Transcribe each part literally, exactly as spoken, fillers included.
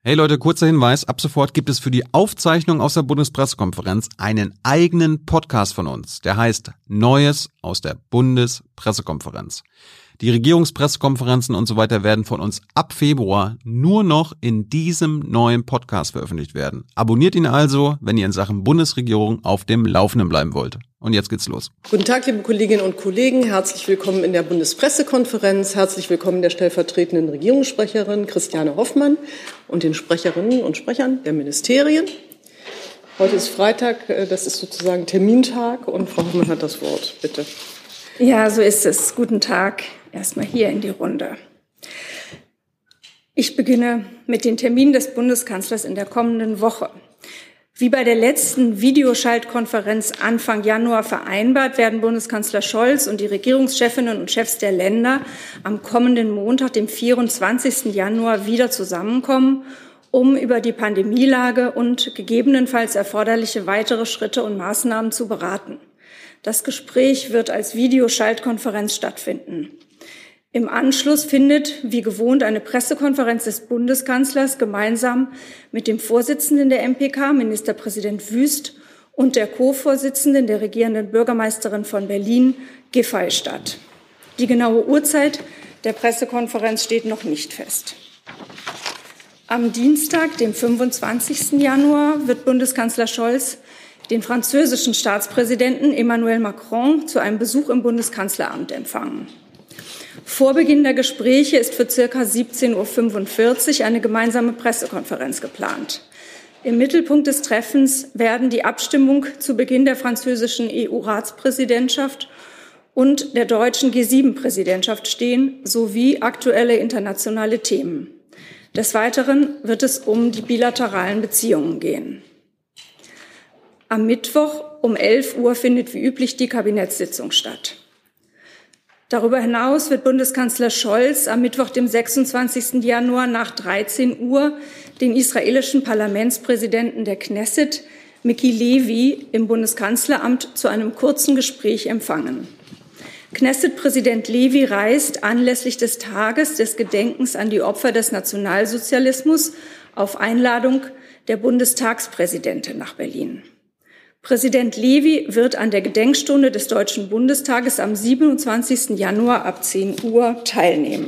Hey Leute, kurzer Hinweis, ab sofort gibt es für die Aufzeichnung aus der Bundespressekonferenz einen eigenen Podcast von uns. Der heißt Neues aus der Bundespressekonferenz. Die Regierungspressekonferenzen und so weiter werden von uns ab Februar nur noch in diesem neuen Podcast veröffentlicht werden. Abonniert ihn also, wenn ihr in Sachen Bundesregierung auf dem Laufenden bleiben wollt. Und jetzt geht's los. Guten Tag, liebe Kolleginnen und Kollegen. Herzlich willkommen in der Bundespressekonferenz. Herzlich willkommen der stellvertretenden Regierungssprecherin Christiane Hoffmann und den Sprecherinnen und Sprechern der Ministerien. Heute ist Freitag, das ist sozusagen Termintag und Frau Hoffmann hat das Wort. Bitte. Ja, so ist es. Guten Tag. Erstmal hier in die Runde. Ich beginne mit den Terminen des Bundeskanzlers in der kommenden Woche. Wie bei der letzten Videoschaltkonferenz Anfang Januar vereinbart, werden Bundeskanzler Scholz und die Regierungschefinnen und Chefs der Länder am kommenden Montag, dem vierundzwanzigsten Januar, wieder zusammenkommen, um über die Pandemielage und gegebenenfalls erforderliche weitere Schritte und Maßnahmen zu beraten. Das Gespräch wird als Videoschaltkonferenz stattfinden. Im Anschluss findet, wie gewohnt, eine Pressekonferenz des Bundeskanzlers gemeinsam mit dem Vorsitzenden der M P K, Ministerpräsident Wüst, und der Co-Vorsitzenden der regierenden Bürgermeisterin von Berlin, Giffey, statt. Die genaue Uhrzeit der Pressekonferenz steht noch nicht fest. Am Dienstag, dem fünfundzwanzigsten Januar, wird Bundeskanzler Scholz den französischen Staatspräsidenten Emmanuel Macron zu einem Besuch im Bundeskanzleramt empfangen. Vor Beginn der Gespräche ist für circa siebzehn Uhr fünfundvierzig eine gemeinsame Pressekonferenz geplant. Im Mittelpunkt des Treffens werden die Abstimmung zu Beginn der französischen E U-Ratspräsidentschaft und der deutschen G sieben Präsidentschaft stehen, sowie aktuelle internationale Themen. Des Weiteren wird es um die bilateralen Beziehungen gehen. Am Mittwoch um elf Uhr findet wie üblich die Kabinettssitzung statt. Darüber hinaus wird Bundeskanzler Scholz am Mittwoch, dem sechsundzwanzigsten Januar nach dreizehn Uhr den israelischen Parlamentspräsidenten der Knesset, Miki Levy, im Bundeskanzleramt zu einem kurzen Gespräch empfangen. Knesset-Präsident Levy reist anlässlich des Tages des Gedenkens an die Opfer des Nationalsozialismus auf Einladung der Bundestagspräsidentin nach Berlin. Präsident Levy wird an der Gedenkstunde des Deutschen Bundestages am siebenundzwanzigsten Januar ab zehn Uhr teilnehmen.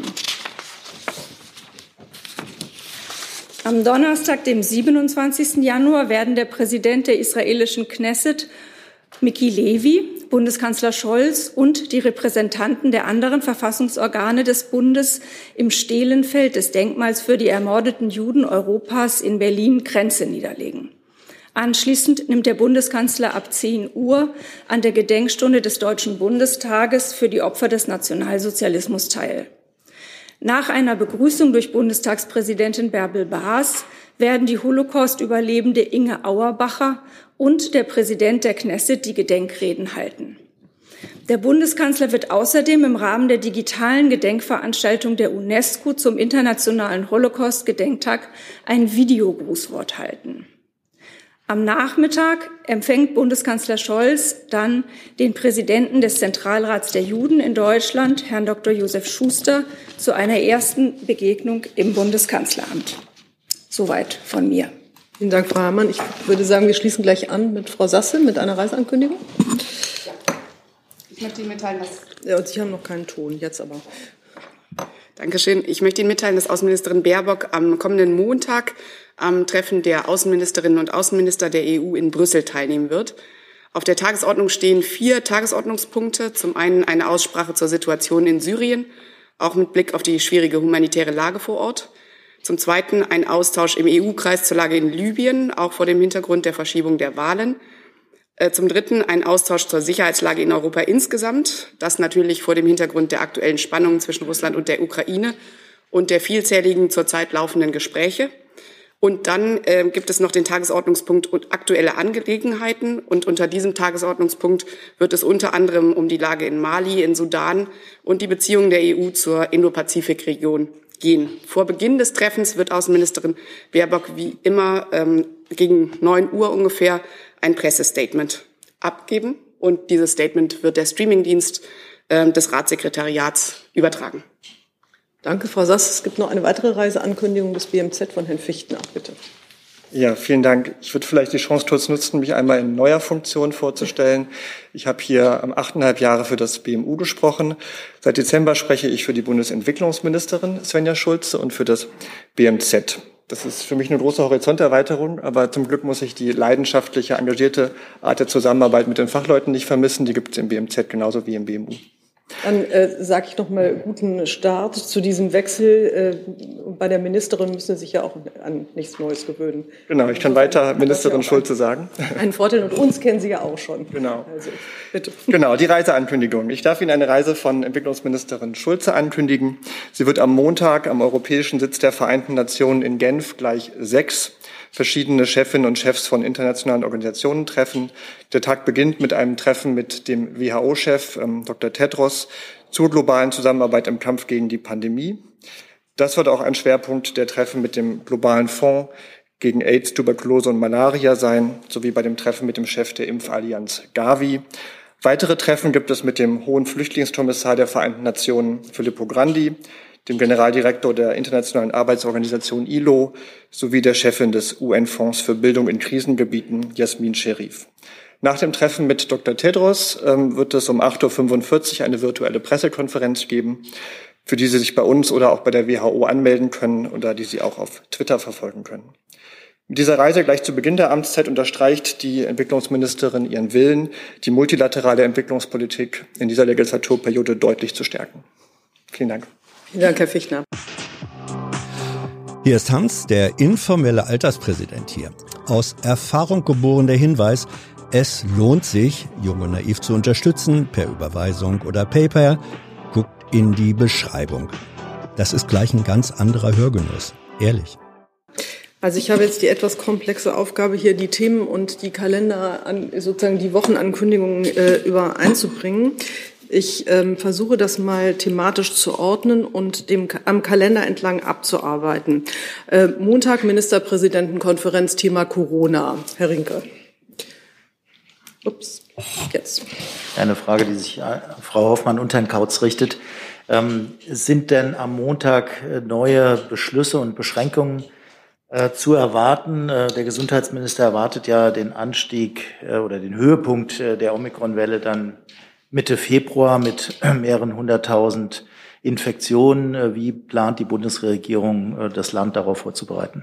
Am Donnerstag, dem siebenundzwanzigsten Januar, werden der Präsident der israelischen Knesset, Miki Levy, Bundeskanzler Scholz und die Repräsentanten der anderen Verfassungsorgane des Bundes im Stehlenfeld des Denkmals für die ermordeten Juden Europas in Berlin Kränze niederlegen. Anschließend nimmt der Bundeskanzler ab zehn Uhr an der Gedenkstunde des Deutschen Bundestages für die Opfer des Nationalsozialismus teil. Nach einer Begrüßung durch Bundestagspräsidentin Bärbel Baas werden die Holocaust-Überlebende Inge Auerbacher und der Präsident der Knesset die Gedenkreden halten. Der Bundeskanzler wird außerdem im Rahmen der digitalen Gedenkveranstaltung der UNESCO zum Internationalen Holocaust-Gedenktag ein Videogrußwort halten. Am Nachmittag empfängt Bundeskanzler Scholz dann den Präsidenten des Zentralrats der Juden in Deutschland, Herrn Doktor Josef Schuster, zu einer ersten Begegnung im Bundeskanzleramt. Soweit von mir. Vielen Dank, Frau Hamann. Ich würde sagen, wir schließen gleich an mit Frau Sasse mit einer Reiseankündigung. Ja. Ich möchte Ihnen mitteilen, dass... Ja, und Sie haben noch keinen Ton, jetzt aber. Dankeschön. Ich möchte Ihnen mitteilen, dass Außenministerin Baerbock am kommenden Montag am Treffen der Außenministerinnen und Außenminister der E U in Brüssel teilnehmen wird. Auf der Tagesordnung stehen vier Tagesordnungspunkte. Zum einen eine Aussprache zur Situation in Syrien, auch mit Blick auf die schwierige humanitäre Lage vor Ort. Zum zweiten ein Austausch im E U-Kreis zur Lage in Libyen, auch vor dem Hintergrund der Verschiebung der Wahlen. Zum dritten ein Austausch zur Sicherheitslage in Europa insgesamt, das natürlich vor dem Hintergrund der aktuellen Spannungen zwischen Russland und der Ukraine und der vielzähligen zurzeit laufenden Gespräche. Und dann äh, gibt es noch den Tagesordnungspunkt und aktuelle Angelegenheiten. Und unter diesem Tagesordnungspunkt wird es unter anderem um die Lage in Mali, in Sudan und die Beziehungen der E U zur Indo-Pazifik-Region gehen. Vor Beginn des Treffens wird Außenministerin Baerbock wie immer ähm, gegen neun Uhr ungefähr ein Pressestatement abgeben. Und dieses Statement wird der Streamingdienst äh, des Ratssekretariats übertragen. Danke, Frau Sass. Es gibt noch eine weitere Reiseankündigung des B M Z von Herrn Fichtner, bitte. Ja, vielen Dank. Ich würde vielleicht die Chance kurz nutzen, mich einmal in neuer Funktion vorzustellen. Ich habe hier am achteinhalb Jahre für das B M U gesprochen. Seit Dezember spreche ich für die Bundesentwicklungsministerin Svenja Schulze und für das B M Z. Das ist für mich eine große Horizonterweiterung, aber zum Glück muss ich die leidenschaftliche, engagierte Art der Zusammenarbeit mit den Fachleuten nicht vermissen. Die gibt es im B M Z genauso wie im B M U. Dann äh, sage ich noch mal guten Start zu diesem Wechsel. Äh, bei der Ministerin müssen Sie sich ja auch an nichts Neues gewöhnen. Genau, ich kann weiter Ministerin Schulze sagen. Einen Vorteil, und uns kennen Sie ja auch schon. Genau. Also, bitte. Genau, die Reiseankündigung. Ich darf Ihnen eine Reise von Entwicklungsministerin Schulze ankündigen. Sie wird am Montag am Europäischen Sitz der Vereinten Nationen in Genf gleich sechs verschiedene Chefinnen und Chefs von internationalen Organisationen treffen. Der Tag beginnt mit einem Treffen mit dem W H O-Chef ähm, Doktor Tedros zur globalen Zusammenarbeit im Kampf gegen die Pandemie. Das wird auch ein Schwerpunkt der Treffen mit dem globalen Fonds gegen AIDS, Tuberkulose und Malaria sein, sowie bei dem Treffen mit dem Chef der Impfallianz Gavi. Weitere Treffen gibt es mit dem Hohen Flüchtlingskommissar der Vereinten Nationen Filippo Grandi, dem Generaldirektor der Internationalen Arbeitsorganisation I L O sowie der Chefin des U N-Fonds für Bildung in Krisengebieten, Jasmin Sherif. Nach dem Treffen mit Doktor Tedros ähm, wird es um acht Uhr fünfundvierzig eine virtuelle Pressekonferenz geben, für die Sie sich bei uns oder auch bei der W H O anmelden können oder die Sie auch auf Twitter verfolgen können. Mit dieser Reise gleich zu Beginn der Amtszeit unterstreicht die Entwicklungsministerin ihren Willen, die multilaterale Entwicklungspolitik in dieser Legislaturperiode deutlich zu stärken. Vielen Dank. Vielen Dank, Herr Fichtner. Hier ist Hans, der informelle Alterspräsident hier. Aus Erfahrung geboren der Hinweis, es lohnt sich, Jung und Naiv zu unterstützen, per Überweisung oder PayPal. Guckt in die Beschreibung. Das ist gleich ein ganz anderer Hörgenuss. Ehrlich. Also ich habe jetzt die etwas komplexe Aufgabe, hier die Themen und die Kalender, an, sozusagen die Wochenankündigungen äh, übereinzubringen. Ich ähm, versuche das mal thematisch zu ordnen und dem am Kalender entlang abzuarbeiten. Äh, Montag Ministerpräsidentenkonferenz, Thema Corona. Herr Rinke. Ups, jetzt. Eine Frage, die sich an Frau Hoffmann und Herrn Kautz richtet. Ähm, sind denn am Montag neue Beschlüsse und Beschränkungen äh, zu erwarten? Äh, der Gesundheitsminister erwartet ja den Anstieg äh, oder den Höhepunkt äh, der Omikron-Welle dann Mitte Februar mit mehreren hunderttausend Infektionen. Wie plant die Bundesregierung, das Land darauf vorzubereiten?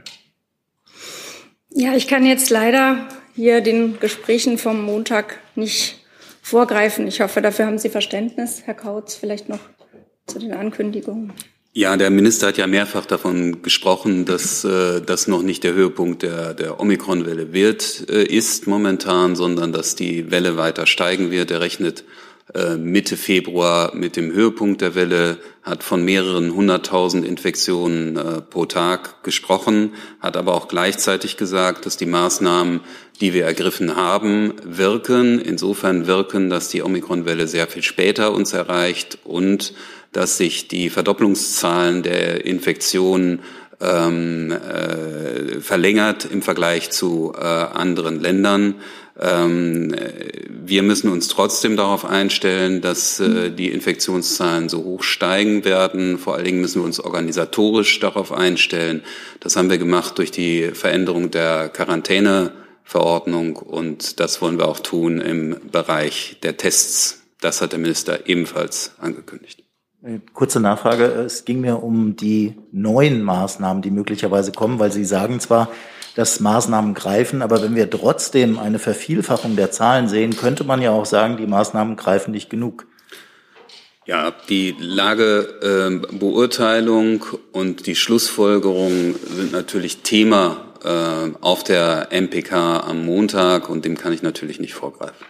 Ja, ich kann jetzt leider hier den Gesprächen vom Montag nicht vorgreifen. Ich hoffe, dafür haben Sie Verständnis. Herr Kautz, vielleicht noch zu den Ankündigungen. Ja, der Minister hat ja mehrfach davon gesprochen, dass äh, das noch nicht der Höhepunkt der, der Omikron-Welle wird, äh, ist momentan, sondern dass die Welle weiter steigen wird. Er rechnet äh, Mitte Februar mit dem Höhepunkt der Welle, hat von mehreren hunderttausend Infektionen äh, pro Tag gesprochen, hat aber auch gleichzeitig gesagt, dass die Maßnahmen, die wir ergriffen haben, wirken. Insofern wirken, dass die Omikron-Welle sehr viel später uns erreicht und dass sich die Verdopplungszahlen der Infektionen ähm, äh, verlängert im Vergleich zu äh, anderen Ländern. Ähm, wir müssen uns trotzdem darauf einstellen, dass äh, die Infektionszahlen so hoch steigen werden. Vor allen Dingen müssen wir uns organisatorisch darauf einstellen. Das haben wir gemacht durch die Veränderung der Quarantäneverordnung und das wollen wir auch tun im Bereich der Tests. Das hat der Minister ebenfalls angekündigt. Kurze Nachfrage. Es ging mir um die neuen Maßnahmen, die möglicherweise kommen, weil Sie sagen zwar, dass Maßnahmen greifen, aber wenn wir trotzdem eine Vervielfachung der Zahlen sehen, könnte man ja auch sagen, die Maßnahmen greifen nicht genug. Ja, die Lagebeurteilung äh, und die Schlussfolgerungen sind natürlich Thema äh, auf der M P K am Montag und dem kann ich natürlich nicht vorgreifen.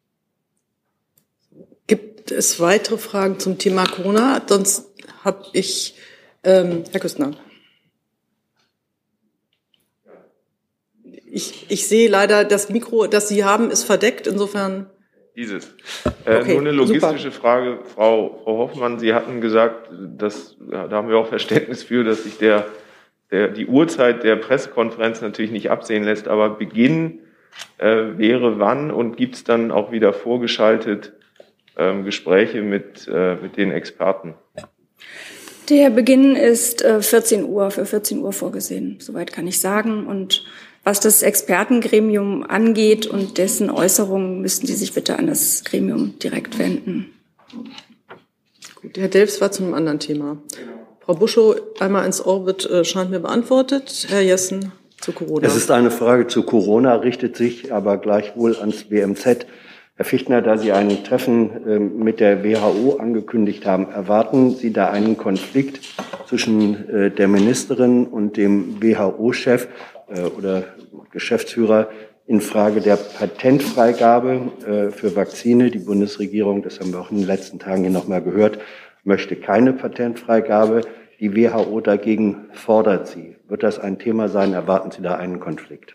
Gibt es weitere Fragen zum Thema Corona? Sonst habe ich, ähm, Herr Küstner. Ich, ich sehe leider, das Mikro, das Sie haben, ist verdeckt. Insofern. Dieses. Äh, okay, nur eine logistische super. Frage, Frau, Frau Hoffmann. Sie hatten gesagt, dass, da haben wir auch Verständnis für, dass sich der, der, die Uhrzeit der Pressekonferenz natürlich nicht absehen lässt. Aber Beginn äh, wäre wann und gibt es dann auch wieder vorgeschaltet Gespräche mit, äh, mit den Experten? Der Beginn ist äh, vierzehn Uhr, für vierzehn Uhr vorgesehen. Soweit kann ich sagen. Und was das Expertengremium angeht und dessen Äußerungen, müssten Sie sich bitte an das Gremium direkt wenden. Gut, Herr Delfs war zu einem anderen Thema. Frau Buschow, einmal ins Orbit äh, scheint mir beantwortet. Herr Jessen zu Corona. Es ist eine Frage zu Corona, richtet sich aber gleichwohl ans W M Z. Herr Fichtner, da Sie ein Treffen äh, mit der W H O angekündigt haben, erwarten Sie da einen Konflikt zwischen äh, der Ministerin und dem W H O-Chef äh, oder Geschäftsführer in Frage der Patentfreigabe äh, für Vakzine? Die Bundesregierung, das haben wir auch in den letzten Tagen hier nochmal gehört, möchte keine Patentfreigabe. Die W H O dagegen fordert sie. Wird das ein Thema sein? Erwarten Sie da einen Konflikt?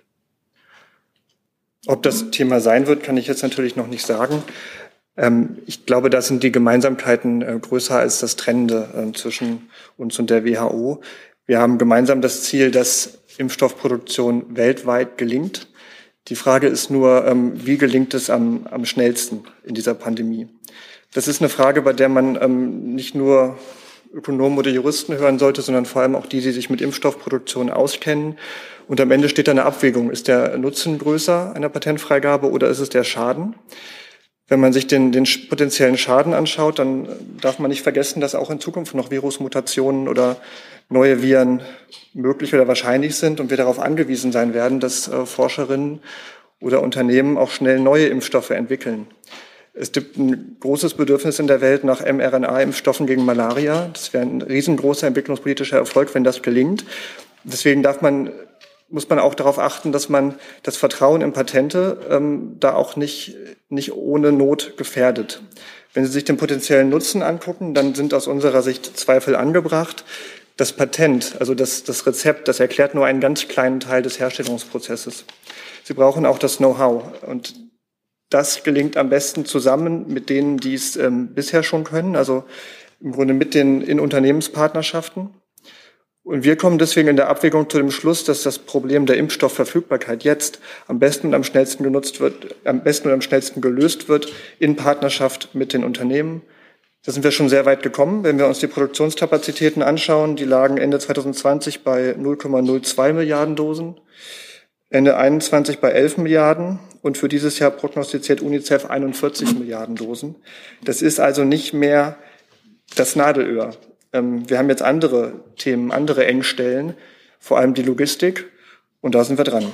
Ob das Thema sein wird, kann ich jetzt natürlich noch nicht sagen. Ähm, ich glaube, da sind die Gemeinsamkeiten äh, größer als das Trennende äh, zwischen uns und der W H O. Wir haben gemeinsam das Ziel, dass Impfstoffproduktion weltweit gelingt. Die Frage ist nur, ähm, wie gelingt es am, am schnellsten in dieser Pandemie? Das ist eine Frage, bei der man ähm, nicht nur Ökonomen oder Juristen hören sollte, sondern vor allem auch die, die sich mit Impfstoffproduktion auskennen. Und am Ende steht da eine Abwägung. Ist der Nutzen größer einer Patentfreigabe oder ist es der Schaden? Wenn man sich den, den potenziellen Schaden anschaut, dann darf man nicht vergessen, dass auch in Zukunft noch Virusmutationen oder neue Viren möglich oder wahrscheinlich sind und wir darauf angewiesen sein werden, dass äh, Forscherinnen oder Unternehmen auch schnell neue Impfstoffe entwickeln. Es gibt ein großes Bedürfnis in der Welt nach mRNA-Impfstoffen gegen Malaria. Das wäre ein riesengroßer entwicklungspolitischer Erfolg, wenn das gelingt. Deswegen darf man, muss man auch darauf achten, dass man das Vertrauen in Patente ähm, da auch nicht, nicht ohne Not gefährdet. Wenn Sie sich den potenziellen Nutzen angucken, dann sind aus unserer Sicht Zweifel angebracht. Das Patent, also das, das Rezept, das erklärt nur einen ganz kleinen Teil des Herstellungsprozesses. Sie brauchen auch das Know-how. Und das gelingt am besten zusammen mit denen, die es ähm, bisher schon können, also im Grunde mit den in Unternehmenspartnerschaften. Und wir kommen deswegen in der Abwägung zu dem Schluss, dass das Problem der Impfstoffverfügbarkeit jetzt am besten und am schnellsten genutzt wird, am besten und am schnellsten gelöst wird in Partnerschaft mit den Unternehmen. Da sind wir schon sehr weit gekommen. Wenn wir uns die Produktionskapazitäten anschauen, die lagen Ende zwanzig zwanzig bei null Komma null zwei Milliarden Dosen. Ende einundzwanzig bei elf Milliarden und für dieses Jahr prognostiziert UNICEF einundvierzig Milliarden Dosen. Das ist also nicht mehr das Nadelöhr. Wir haben jetzt andere Themen, andere Engstellen, vor allem die Logistik, und da sind wir dran.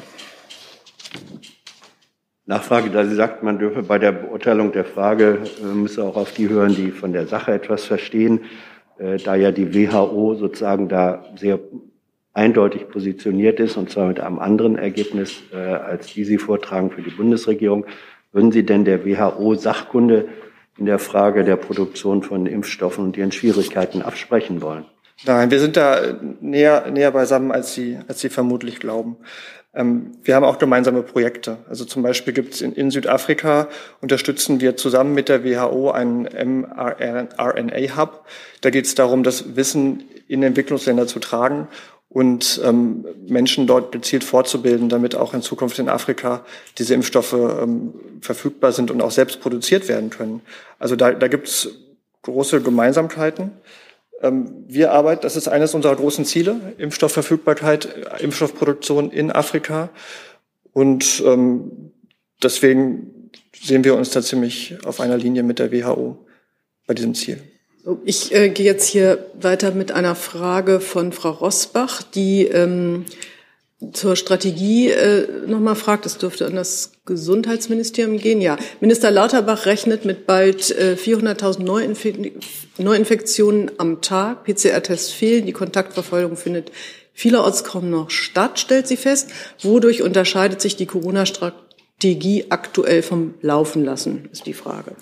Nachfrage, da Sie sagt, man dürfe bei der Beurteilung der Frage, müsse auch auf die hören, die von der Sache etwas verstehen, da ja die W H O sozusagen da sehr eindeutig positioniert ist, und zwar mit einem anderen Ergebnis, äh, als die Sie vortragen für die Bundesregierung. Würden Sie denn der W H O Sachkunde in der Frage der Produktion von Impfstoffen und ihren Schwierigkeiten absprechen wollen? Nein, wir sind da näher, näher beisammen, als Sie, als Sie vermutlich glauben. Ähm, wir haben auch gemeinsame Projekte. Also zum Beispiel gibt es in, in Südafrika, unterstützen wir zusammen mit der W H O einen mRNA-Hub. Da geht es darum, das Wissen in Entwicklungsländer zu tragen und ähm, Menschen dort gezielt fortzubilden, damit auch in Zukunft in Afrika diese Impfstoffe ähm, verfügbar sind und auch selbst produziert werden können. Also da, da gibt es große Gemeinsamkeiten. Ähm, wir arbeiten, das ist eines unserer großen Ziele, Impfstoffverfügbarkeit, Impfstoffproduktion in Afrika. Und ähm, deswegen sehen wir uns da ziemlich auf einer Linie mit der W H O bei diesem Ziel. Ich äh, gehe jetzt hier weiter mit einer Frage von Frau Rosbach, die ähm, zur Strategie äh, nochmal fragt. Das dürfte an das Gesundheitsministerium gehen. Ja, Minister Lauterbach rechnet mit bald äh, vierhunderttausend Neuinf- Neuinfektionen am Tag. P C R-Tests fehlen, die Kontaktverfolgung findet vielerorts kaum noch statt, stellt sie fest. Wodurch unterscheidet sich die Corona-Strategie aktuell vom Laufen lassen, ist die Frage.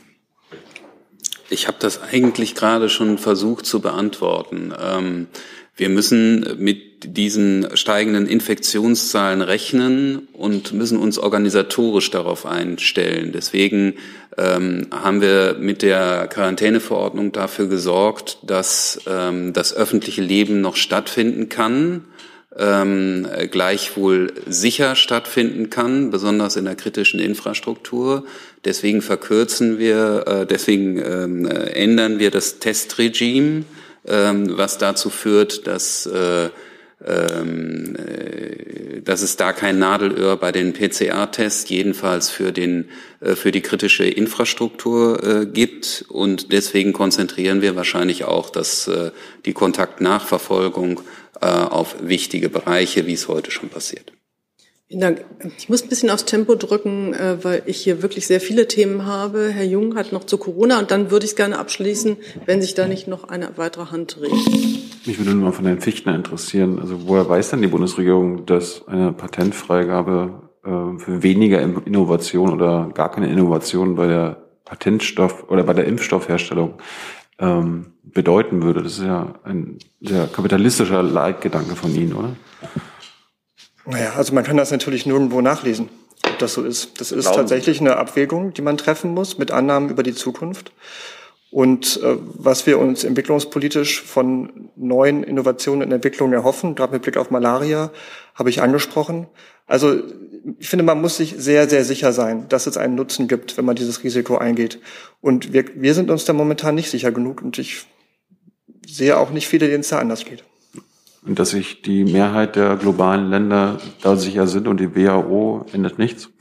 Ich habe das eigentlich gerade schon versucht zu beantworten. Ähm, wir müssen mit diesen steigenden Infektionszahlen rechnen und müssen uns organisatorisch darauf einstellen. Deswegen ähm, haben wir mit der Quarantäneverordnung dafür gesorgt, dass ähm, das öffentliche Leben noch stattfinden kann, ähm, gleichwohl sicher stattfinden kann, besonders in der kritischen Infrastruktur. Deswegen verkürzen wir, äh, deswegen ähm, ändern wir das Testregime ähm, was dazu führt, dass äh, ähm, äh, dass es da kein Nadelöhr bei den P C R-Tests, jedenfalls für den äh, für die kritische Infrastruktur äh, gibt. Und deswegen konzentrieren wir wahrscheinlich auch, dass äh, die Kontaktnachverfolgung äh, auf wichtige Bereiche, wie es heute schon passiert. Vielen Dank. Ich muss ein bisschen aufs Tempo drücken, weil ich hier wirklich sehr viele Themen habe. Herr Jung hat noch zu Corona und dann würde ich es gerne abschließen, wenn sich da nicht noch eine weitere Hand regt. Mich würde nur mal von Herrn Fichtner interessieren. Also woher weiß denn die Bundesregierung, dass eine Patentfreigabe äh, für weniger Innovation oder gar keine Innovation bei der Patentstoff- oder bei der Impfstoffherstellung ähm, bedeuten würde? Das ist ja ein sehr kapitalistischer Leitgedanke von Ihnen, oder? Naja, also man kann das natürlich nirgendwo nachlesen, ob das so ist. Das ist tatsächlich eine Abwägung, die man treffen muss mit Annahmen über die Zukunft. Und äh, was wir uns entwicklungspolitisch von neuen Innovationen und Entwicklungen erhoffen, gerade mit Blick auf Malaria, habe ich angesprochen. Also ich finde, man muss sich sehr, sehr sicher sein, dass es einen Nutzen gibt, wenn man dieses Risiko eingeht. Und wir, wir sind uns da momentan nicht sicher genug. Und ich sehe auch nicht viele, denen es da anders geht. Und dass sich die Mehrheit der globalen Länder da sicher sind und die W H O ändert nichts?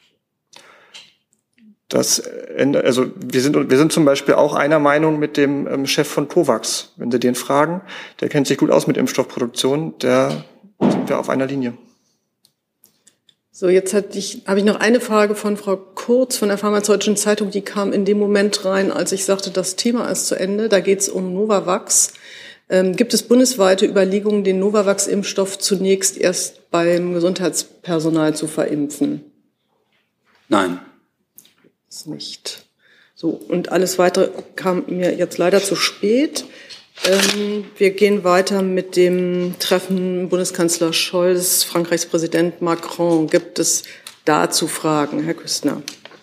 Das ändert, also wir sind wir sind zum Beispiel auch einer Meinung mit dem ähm, Chef von COVAX. Wenn Sie den fragen, der kennt sich gut aus mit Impfstoffproduktion, der sind wir auf einer Linie. So, jetzt hatte ich, habe ich noch eine Frage von Frau Kurz von der Pharmazeutischen Zeitung. Die kam in dem Moment rein, als ich sagte, das Thema ist zu Ende. Da geht es um Novavax. Ähm, gibt es bundesweite Überlegungen, den Novavax-Impfstoff zunächst erst beim Gesundheitspersonal zu verimpfen? Nein. Das ist nicht. So, und alles Weitere kam mir jetzt leider zu spät. Ähm, wir gehen weiter mit dem Treffen Bundeskanzler Scholz, Frankreichs Präsident Macron. Gibt es dazu Fragen? Herr Küstner.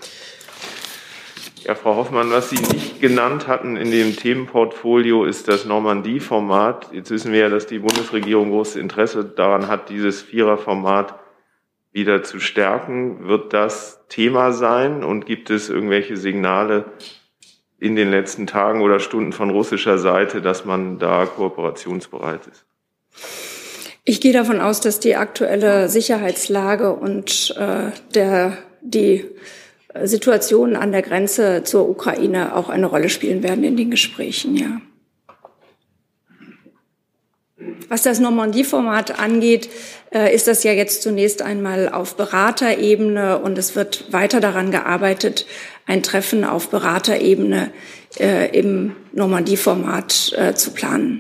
Ja, Frau Hoffmann, was Sie nicht genannt hatten in dem Themenportfolio ist das Normandie-Format. Jetzt wissen wir ja, dass die Bundesregierung großes Interesse daran hat, dieses Vierer-Format wieder zu stärken. Wird das Thema sein und gibt es irgendwelche Signale in den letzten Tagen oder Stunden von russischer Seite, dass man da kooperationsbereit ist? Ich gehe davon aus, dass die aktuelle Sicherheitslage und äh, der die Situationen an der Grenze zur Ukraine auch eine Rolle spielen werden in den Gesprächen, ja. Was das Normandie-Format angeht, ist das ja jetzt zunächst einmal auf Beraterebene und es wird weiter daran gearbeitet, ein Treffen auf Beraterebene im Normandie-Format zu planen.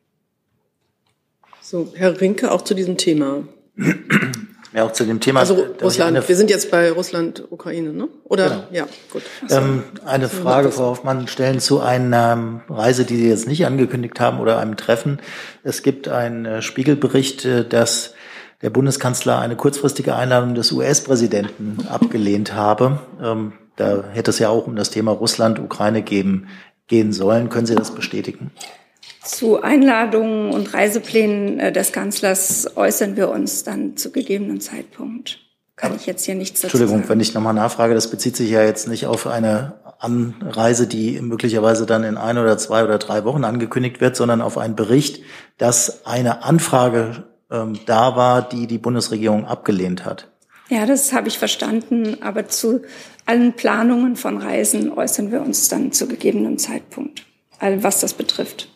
So, Herr Rinke, auch zu diesem Thema. Ja, auch zu dem Thema. Also Russland, wir sind jetzt bei Russland, Ukraine, ne? Oder? Genau. Ja, gut. Ähm, eine Frage, Frau Hoffmann, stellen zu einer Reise, die Sie jetzt nicht angekündigt haben oder einem Treffen. Es gibt einen Spiegelbericht, dass der Bundeskanzler eine kurzfristige Einladung des U S-Präsidenten abgelehnt habe. Ähm, da hätte es ja auch um das Thema Russland, Ukraine geben, gehen sollen. Können Sie das bestätigen? Zu Einladungen und Reiseplänen des Kanzlers äußern wir uns dann zu gegebenen Zeitpunkt. Kann ich jetzt hier nichts dazu Entschuldigung, sagen. wenn ich nochmal nachfrage, das bezieht sich ja jetzt nicht auf eine Anreise, die möglicherweise dann in ein oder zwei oder drei Wochen angekündigt wird, sondern auf einen Bericht, dass eine Anfrage ähm, da war, die die Bundesregierung abgelehnt hat. Ja, das habe ich verstanden, aber zu allen Planungen von Reisen äußern wir uns dann zu gegebenem Zeitpunkt, was das betrifft.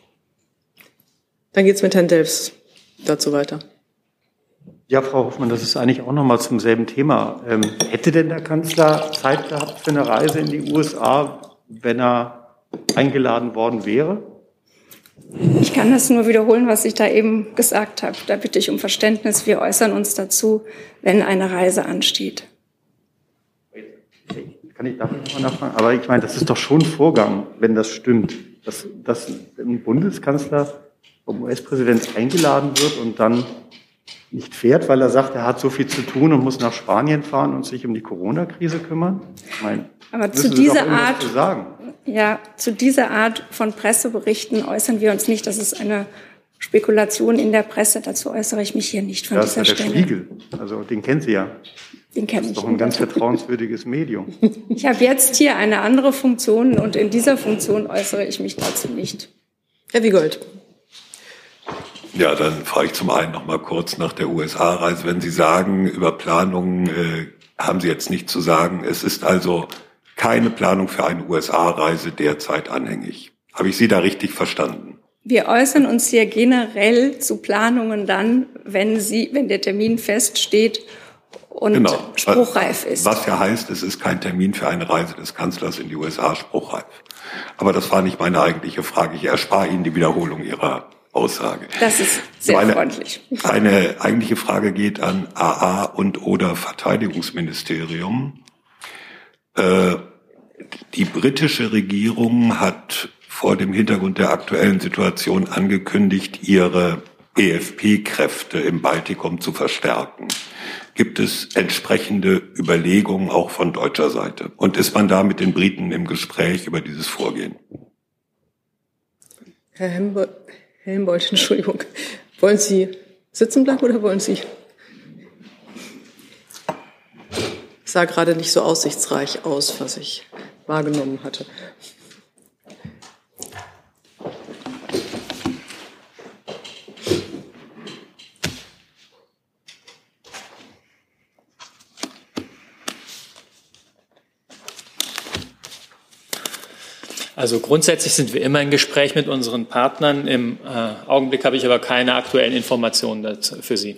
Dann geht's mit Herrn Delfs dazu weiter. Ja, Frau Hoffmann, das ist eigentlich auch nochmal zum selben Thema. Ähm, hätte denn der Kanzler Zeit gehabt für eine Reise in die U S A, wenn er eingeladen worden wäre? Ich kann das nur wiederholen, was ich da eben gesagt habe. Da bitte ich um Verständnis. Wir äußern uns dazu, wenn eine Reise ansteht. Kann ich dafür nochmal nachfragen? Aber ich meine, das ist doch schon ein Vorgang, wenn das stimmt, dass, dass ein Bundeskanzler vom U S-Präsident eingeladen wird und dann nicht fährt, weil er sagt, er hat so viel zu tun und muss nach Spanien fahren und sich um die Corona-Krise kümmern? Ich meine, aber zu dieser Art, zu sagen. Ja, zu dieser Art von Presseberichten äußern wir uns nicht. Das ist eine Spekulation in der Presse. Dazu äußere ich mich hier nicht von ja, dieser Stelle. Das ist Stelle. der Spiegel. Also den kennt Sie ja. Den kenne ich. Das ist doch ein ganz vertrauenswürdiges Medium. Ich habe jetzt hier eine andere Funktion und in dieser Funktion äußere ich mich dazu nicht. Herr Wiegold. Ja, dann frage ich zum einen noch mal kurz nach der U S A-Reise. Wenn Sie sagen, über Planungen äh, haben Sie jetzt nicht zu sagen. Es ist also keine Planung für eine U S A-Reise derzeit anhängig. Habe ich Sie da richtig verstanden? Wir äußern uns hier generell zu Planungen dann, wenn sie, wenn der Termin feststeht und genau. spruchreif ist. Was ja heißt, es ist kein Termin für eine Reise des Kanzlers in die U S A spruchreif. Aber das war nicht meine eigentliche Frage. Ich erspare Ihnen die Wiederholung Ihrer Aussage. Das ist sehr meine, freundlich. Eine eigentliche Frage geht an A A und oder Verteidigungsministerium. Äh, die britische Regierung hat vor dem Hintergrund der aktuellen Situation angekündigt, ihre E F P-Kräfte im Baltikum zu verstärken. Gibt es entsprechende Überlegungen auch von deutscher Seite? Und ist man da mit den Briten im Gespräch über dieses Vorgehen? Herr Helmbold, Helmbold, Entschuldigung. Wollen Sie sitzen bleiben oder wollen Sie? Sah gerade nicht so aussichtsreich aus, was ich wahrgenommen hatte. Also grundsätzlich sind wir immer im Gespräch mit unseren Partnern. Im äh, Augenblick habe ich aber keine aktuellen Informationen dazu für Sie.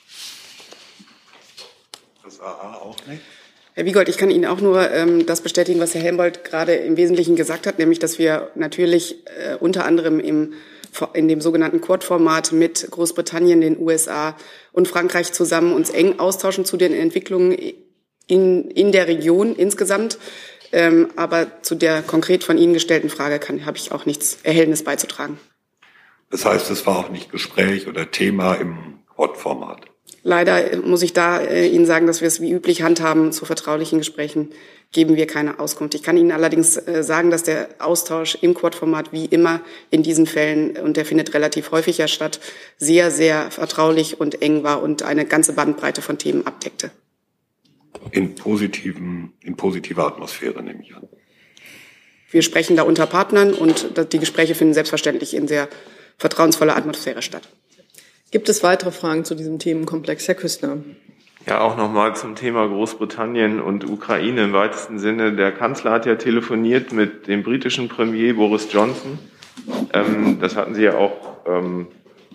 Das A A auch nicht? Herr Wiegold, ich kann Ihnen auch nur ähm, das bestätigen, was Herr Helmbold gerade im Wesentlichen gesagt hat, nämlich, dass wir natürlich äh, unter anderem im, in dem sogenannten Quad-Format mit Großbritannien, den U S A und Frankreich zusammen uns eng austauschen zu den Entwicklungen in, in der Region insgesamt. Ähm, aber zu der konkret von Ihnen gestellten Frage kann, habe ich auch nichts Erhellendes beizutragen. Das heißt, es war auch nicht Gespräch oder Thema im Quad-Format? Leider muss ich da äh, Ihnen sagen, dass wir es wie üblich handhaben. Zu vertraulichen Gesprächen geben wir keine Auskunft. Ich kann Ihnen allerdings äh, sagen, dass der Austausch im Quad-Format wie immer in diesen Fällen, und der findet relativ häufig ja statt, sehr, sehr vertraulich und eng war und eine ganze Bandbreite von Themen abdeckte. In positiven, in positiver Atmosphäre, nehme ich an. Wir sprechen da unter Partnern und die Gespräche finden selbstverständlich in sehr vertrauensvoller Atmosphäre statt. Gibt es weitere Fragen zu diesem Themenkomplex? Herr Küstner. Ja, auch nochmal zum Thema Großbritannien und Ukraine im weitesten Sinne. Der Kanzler hat ja telefoniert mit dem britischen Premier Boris Johnson. Ähm, das hatten Sie ja auch ähm,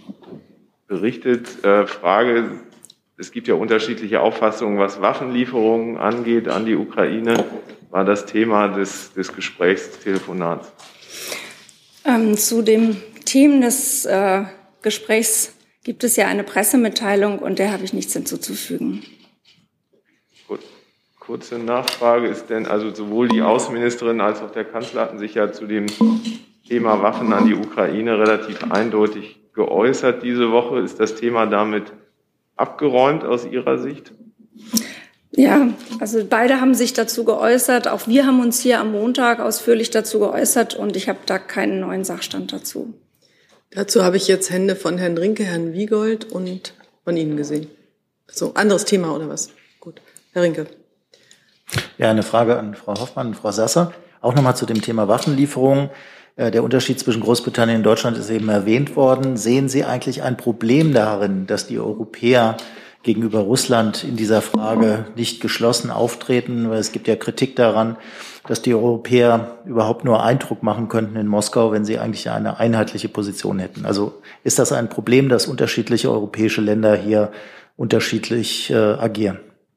berichtet. Äh, Frage, es gibt ja unterschiedliche Auffassungen, was Waffenlieferungen angeht an die Ukraine. War das Thema des, des Gesprächstelefonats? Ähm, zu dem Thema des äh, Gesprächs gibt es ja eine Pressemitteilung und der habe ich nichts hinzuzufügen. Gut. Kurze Nachfrage ist denn, also sowohl die Außenministerin als auch der Kanzler hatten sich ja zu dem Thema Waffen an die Ukraine relativ eindeutig geäußert diese Woche. Ist das Thema damit abgeräumt aus Ihrer Sicht? Ja, also beide haben sich dazu geäußert. Auch wir haben uns hier am Montag ausführlich dazu geäußert und ich habe da keinen neuen Sachstand dazu. Dazu habe ich jetzt Hände von Herrn Rinke, Herrn Wiegold und von Ihnen gesehen. So, anderes Thema oder was? Gut. Herr Rinke. Ja, eine Frage an Frau Hoffmann und Frau Sasser. Auch nochmal zu dem Thema Waffenlieferungen. Der Unterschied zwischen Großbritannien und Deutschland ist eben erwähnt worden. Sehen Sie eigentlich ein Problem darin, dass die Europäer gegenüber Russland in dieser Frage nicht geschlossen auftreten? Weil es gibt ja Kritik daran, dass die Europäer überhaupt nur Eindruck machen könnten in Moskau, wenn sie eigentlich eine einheitliche Position hätten. Also ist das ein Problem, dass unterschiedliche europäische Länder hier unterschiedlich äh, agieren?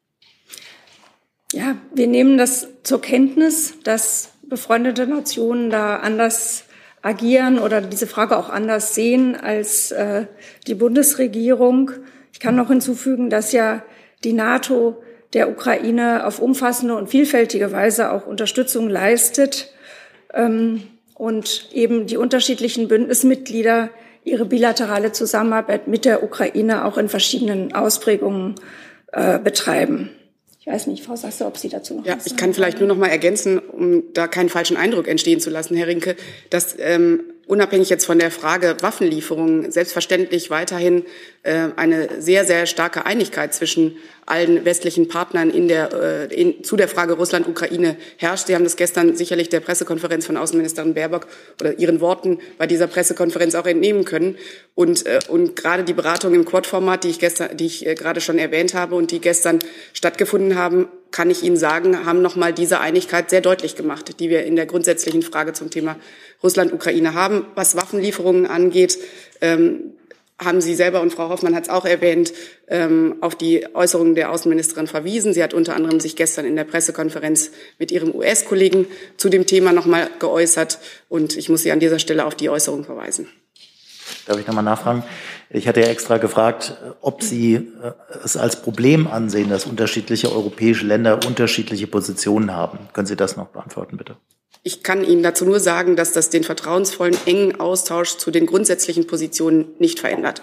Ja, wir nehmen das zur Kenntnis, dass befreundete Nationen da anders agieren oder diese Frage auch anders sehen als äh, die Bundesregierung. Ich kann noch hinzufügen, dass ja die NATO der Ukraine auf umfassende und vielfältige Weise auch Unterstützung leistet ähm, und eben die unterschiedlichen Bündnismitglieder ihre bilaterale Zusammenarbeit mit der Ukraine auch in verschiedenen Ausprägungen äh, betreiben. Ich weiß nicht, Frau Sasser, ob Sie dazu noch ja, was sagen. Ich kann vielleicht nur noch mal ergänzen, um da keinen falschen Eindruck entstehen zu lassen, Herr Rinke, dass ähm, unabhängig jetzt von der Frage Waffenlieferungen selbstverständlich weiterhin äh, eine sehr, sehr starke Einigkeit zwischen allen westlichen Partnern in der, äh, in, zu der Frage Russland-Ukraine herrscht. Sie haben das gestern sicherlich der Pressekonferenz von Außenministerin Baerbock oder ihren Worten bei dieser Pressekonferenz auch entnehmen können. Und, äh, und gerade die Beratungen im Quad-Format, die ich gestern, die ich äh, gerade schon erwähnt habe und die gestern stattgefunden haben, kann ich Ihnen sagen, haben nochmal diese Einigkeit sehr deutlich gemacht, die wir in der grundsätzlichen Frage zum Thema Russland-Ukraine haben. Was Waffenlieferungen angeht, ähm, haben Sie selber und Frau Hoffmann hat es auch erwähnt, ähm, auf die Äußerungen der Außenministerin verwiesen. Sie hat unter anderem sich gestern in der Pressekonferenz mit ihrem U S-Kollegen zu dem Thema nochmal geäußert. Und ich muss Sie an dieser Stelle auf die Äußerung verweisen. Darf ich nochmal nachfragen? Ich hatte ja extra gefragt, ob Sie äh, es als Problem ansehen, dass unterschiedliche europäische Länder unterschiedliche Positionen haben. Können Sie das noch beantworten, bitte? Ich kann Ihnen dazu nur sagen, dass das den vertrauensvollen, engen Austausch zu den grundsätzlichen Positionen nicht verändert.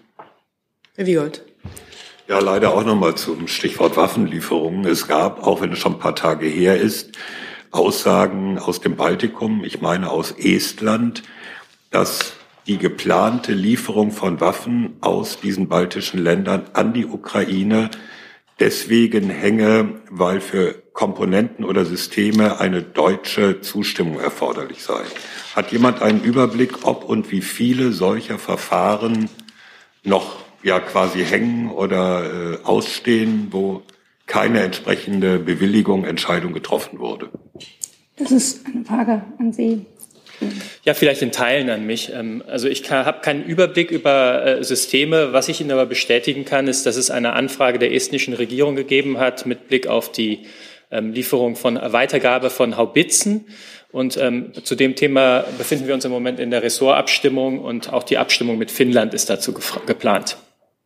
Herr Wiegold. Ja, leider auch nochmal zum Stichwort Waffenlieferungen. Es gab, auch wenn es schon ein paar Tage her ist, Aussagen aus dem Baltikum, ich meine aus Estland, dass die geplante Lieferung von Waffen aus diesen baltischen Ländern an die Ukraine deswegen hänge, weil für Komponenten oder Systeme eine deutsche Zustimmung erforderlich sei. Hat jemand einen Überblick, ob und wie viele solcher Verfahren noch ja quasi hängen oder äh, ausstehen, wo keine entsprechende Bewilligung, Entscheidung getroffen wurde? Das ist eine Frage an Sie. Ja, vielleicht in Teilen an mich. Also ich habe keinen Überblick über Systeme. Was ich Ihnen aber bestätigen kann, ist, dass es eine Anfrage der estnischen Regierung gegeben hat mit Blick auf die Lieferung von Weitergabe von Haubitzen. Und ähm, zu dem Thema befinden wir uns im Moment in der Ressortabstimmung und auch die Abstimmung mit Finnland ist dazu geplant.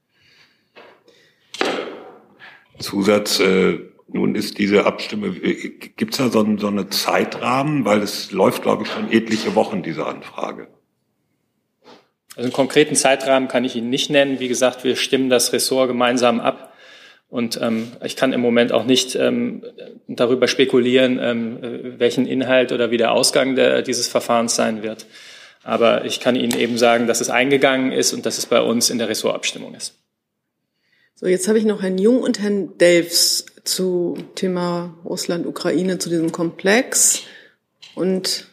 Zusatz, äh Nun ist diese Abstimmung, gibt es da so einen, so einen Zeitrahmen? Weil es läuft, glaube ich, schon etliche Wochen, diese Anfrage. Also einen konkreten Zeitrahmen kann ich Ihnen nicht nennen. Wie gesagt, wir stimmen das Ressort gemeinsam ab. Und ähm, ich kann im Moment auch nicht ähm, darüber spekulieren, ähm, welchen Inhalt oder wie der Ausgang der, dieses Verfahrens sein wird. Aber ich kann Ihnen eben sagen, dass es eingegangen ist und dass es bei uns in der Ressortabstimmung ist. So, jetzt habe ich noch Herrn Jung und Herrn Delfs zu Thema Russland, Ukraine, zu diesem Komplex. Und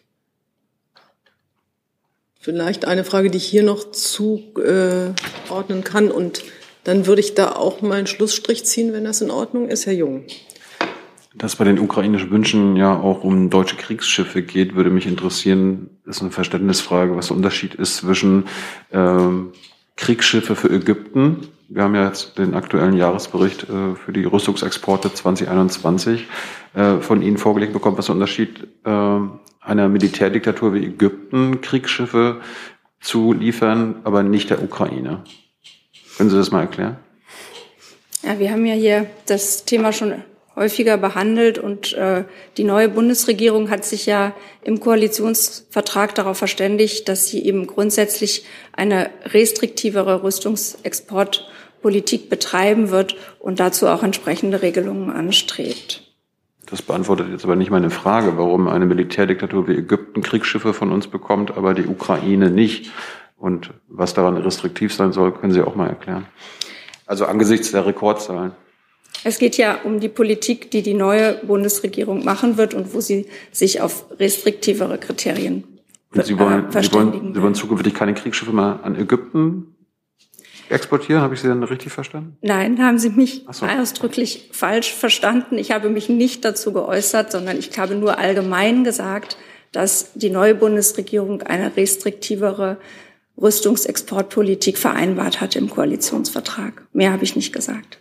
vielleicht eine Frage, die ich hier noch zuordnen kann. Und dann würde ich da auch mal einen Schlussstrich ziehen, wenn das in Ordnung ist. Herr Jung. Dass bei den ukrainischen Wünschen ja auch um deutsche Kriegsschiffe geht, würde mich interessieren, ist eine Verständnisfrage, was der Unterschied ist zwischen ähm, Kriegsschiffe für Ägypten. Wir haben ja jetzt den aktuellen Jahresbericht äh, für die Rüstungsexporte zwanzig einundzwanzig äh, von Ihnen vorgelegt bekommen. Was der Unterschied äh, einer Militärdiktatur wie Ägypten, Kriegsschiffe zu liefern, aber nicht der Ukraine? Können Sie das mal erklären? Ja, wir haben ja hier das Thema schon häufiger behandelt und äh, die neue Bundesregierung hat sich ja im Koalitionsvertrag darauf verständigt, dass sie eben grundsätzlich eine restriktivere Rüstungsexportpolitik betreiben wird und dazu auch entsprechende Regelungen anstrebt. Das beantwortet jetzt aber nicht meine Frage, warum eine Militärdiktatur wie Ägypten Kriegsschiffe von uns bekommt, aber die Ukraine nicht. Und was daran restriktiv sein soll, können Sie auch mal erklären. Also angesichts der Rekordzahlen. Es geht ja um die Politik, die die neue Bundesregierung machen wird und wo sie sich auf restriktivere Kriterien und Sie wollen, äh, Sie wollen, Sie wollen zukünftig keine Kriegschiffe mehr an Ägypten exportieren? Habe ich Sie dann richtig verstanden? Nein, haben Sie mich so. ausdrücklich falsch verstanden. Ich habe mich nicht dazu geäußert, sondern ich habe nur allgemein gesagt, dass die neue Bundesregierung eine restriktivere Rüstungsexportpolitik vereinbart hat im Koalitionsvertrag. Mehr habe ich nicht gesagt.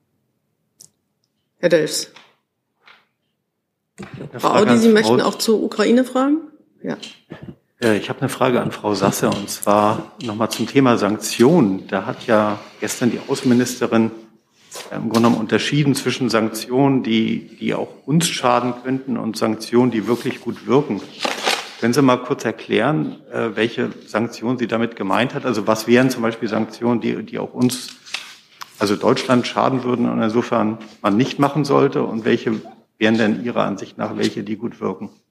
Herr Delfs. Frau Audi, Sie möchten auch zur Ukraine fragen? Ja. Ich habe eine Frage an Frau Sasse, und zwar nochmal zum Thema Sanktionen. Da hat ja gestern die Außenministerin im Grunde genommen unterschieden zwischen Sanktionen, die, die auch uns schaden könnten, und Sanktionen, die wirklich gut wirken. Können Sie mal kurz erklären, welche Sanktionen sie damit gemeint hat? Also was wären zum Beispiel Sanktionen, die, die auch uns, also Deutschland, schaden würden und insofern man nicht machen sollte? Und welche wären denn Ihrer Ansicht nach welche, die gut wirken?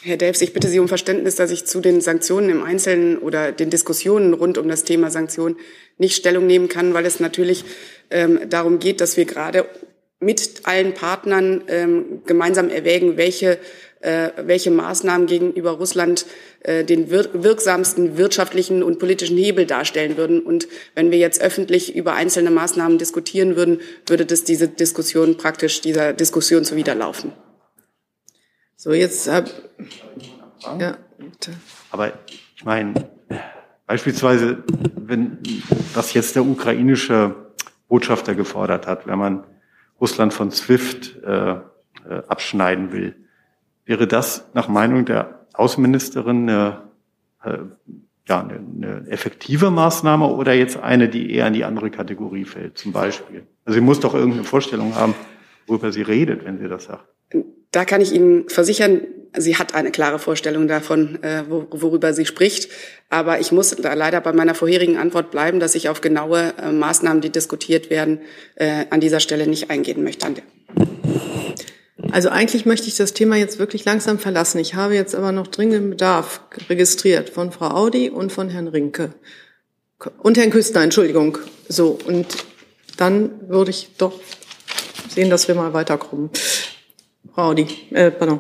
Herr Delfs, ich bitte Sie um Verständnis, dass ich zu den Sanktionen im Einzelnen oder den Diskussionen rund um das Thema Sanktionen nicht Stellung nehmen kann, weil es natürlich ähm, darum geht, dass wir gerade mit allen Partnern ähm, gemeinsam erwägen, welche, äh, welche Maßnahmen gegenüber Russland äh, den wir- wirksamsten wirtschaftlichen und politischen Hebel darstellen würden. Und wenn wir jetzt öffentlich über einzelne Maßnahmen diskutieren würden, würde das diese Diskussion praktisch dieser Diskussion zuwiderlaufen. So, jetzt hab, ja, bitte. Aber ich meine, beispielsweise, wenn, was jetzt der ukrainische Botschafter gefordert hat, wenn man Russland von SWIFT äh, äh, abschneiden will, wäre das nach Meinung der Außenministerin eine, äh, ja, eine, eine effektive Maßnahme oder jetzt eine, die eher in die andere Kategorie fällt, zum Beispiel? Also sie muss doch irgendeine Vorstellung haben, worüber sie redet, wenn sie das sagt. Da kann ich Ihnen versichern, sie hat eine klare Vorstellung davon, worüber sie spricht. Aber ich muss leider bei meiner vorherigen Antwort bleiben, dass ich auf genaue Maßnahmen, die diskutiert werden, an dieser Stelle nicht eingehen möchte. Also eigentlich möchte ich das Thema jetzt wirklich langsam verlassen. Ich habe jetzt aber noch dringenden Bedarf registriert von Frau Audi und von Herrn Rinke. Und Herrn Küstner, Entschuldigung. So, und dann würde ich doch sehen, dass wir mal weiterkommen. Frau Audi, äh, pardon.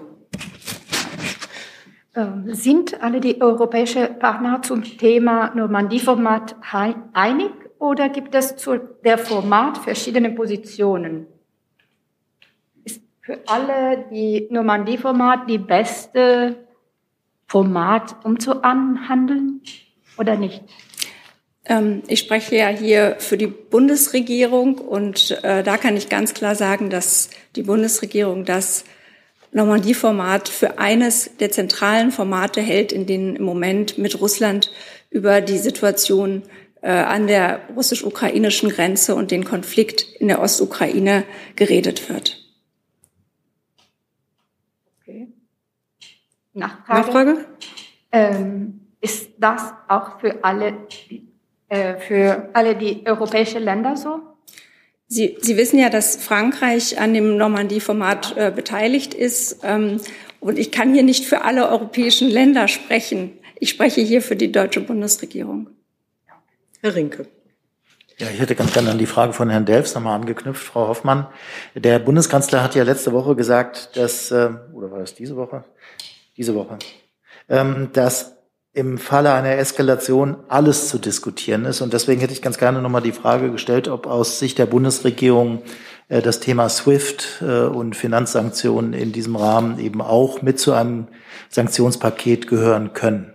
Sind alle die europäischen Partner zum Thema Normandie-Format einig oder gibt es zu der Format verschiedene Positionen? Ist für alle die Normandie-Format die beste Format, um zu anhandeln oder nicht? Ich spreche ja hier für die Bundesregierung und äh, da kann ich ganz klar sagen, dass die Bundesregierung das Normandie-Format für eines der zentralen Formate hält, in denen im Moment mit Russland über die Situation äh, an der russisch-ukrainischen Grenze und den Konflikt in der Ostukraine geredet wird. Okay. Nachfrage? Nachfrage? Ähm, ist das auch für alle für alle die europäischen Länder so? Sie, Sie wissen ja, dass Frankreich an dem Normandie-Format äh, beteiligt ist. Ähm, und ich kann hier nicht für alle europäischen Länder sprechen. Ich spreche hier für die deutsche Bundesregierung. Herr Rinke. Ja, ich hätte ganz gerne an die Frage von Herrn Delfs nochmal angeknüpft, Frau Hoffmann. Der Bundeskanzler hat ja letzte Woche gesagt, dass, oder war das diese Woche? Diese Woche. Dass im Falle einer Eskalation alles zu diskutieren ist. Und deswegen hätte ich ganz gerne nochmal die Frage gestellt, ob aus Sicht der Bundesregierung äh, das Thema SWIFT äh, und Finanzsanktionen in diesem Rahmen eben auch mit zu einem Sanktionspaket gehören können.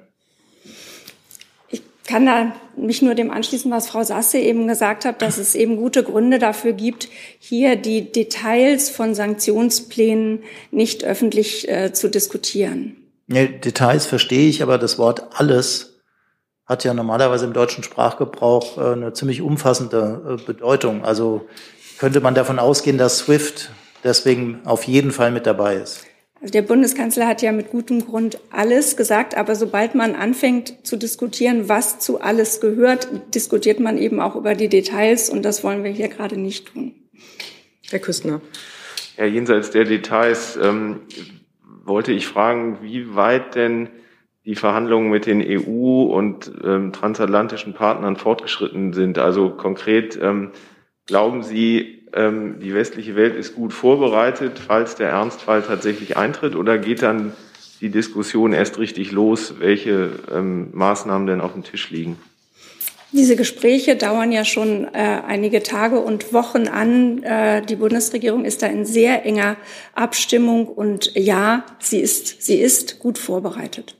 Ich kann da mich nur dem anschließen, was Frau Sasse eben gesagt hat, dass es eben gute Gründe dafür gibt, hier die Details von Sanktionsplänen nicht öffentlich äh, zu diskutieren. Nee, Details verstehe ich, aber das Wort alles hat ja normalerweise im deutschen Sprachgebrauch äh, eine ziemlich umfassende äh, Bedeutung. Also könnte man davon ausgehen, dass SWIFT deswegen auf jeden Fall mit dabei ist. Also der Bundeskanzler hat ja mit gutem Grund alles gesagt, aber sobald man anfängt zu diskutieren, was zu alles gehört, diskutiert man eben auch über die Details und das wollen wir hier gerade nicht tun. Herr Küstner. Ja, jenseits der Details ähm, wollte ich fragen, wie weit denn die Verhandlungen mit den E U und ähm, transatlantischen Partnern fortgeschritten sind. Also konkret, ähm, glauben Sie, ähm, die westliche Welt ist gut vorbereitet, falls der Ernstfall tatsächlich eintritt, oder geht dann die Diskussion erst richtig los, welche ähm, Maßnahmen denn auf dem Tisch liegen? Diese Gespräche dauern ja schon äh, einige Tage und Wochen an. Äh, die Bundesregierung ist da in sehr enger Abstimmung und ja, sie ist, sie ist gut vorbereitet.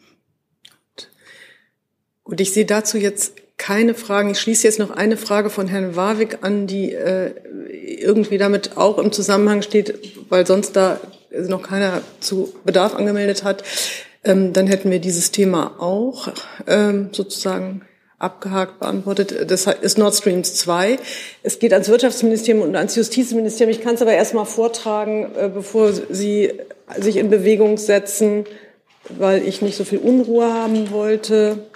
Gut, ich sehe dazu jetzt keine Fragen. Ich schließe jetzt noch eine Frage von Herrn Warwick an, die äh, irgendwie damit auch im Zusammenhang steht, weil sonst da noch keiner zu Bedarf angemeldet hat. Ähm, dann hätten wir dieses Thema auch ähm, sozusagen abgehakt, beantwortet. Das ist Nord Stream zwei. Es geht ans Wirtschaftsministerium und ans Justizministerium. Ich kann es aber erst mal vortragen, bevor Sie sich in Bewegung setzen, weil ich nicht so viel Unruhe haben wollte.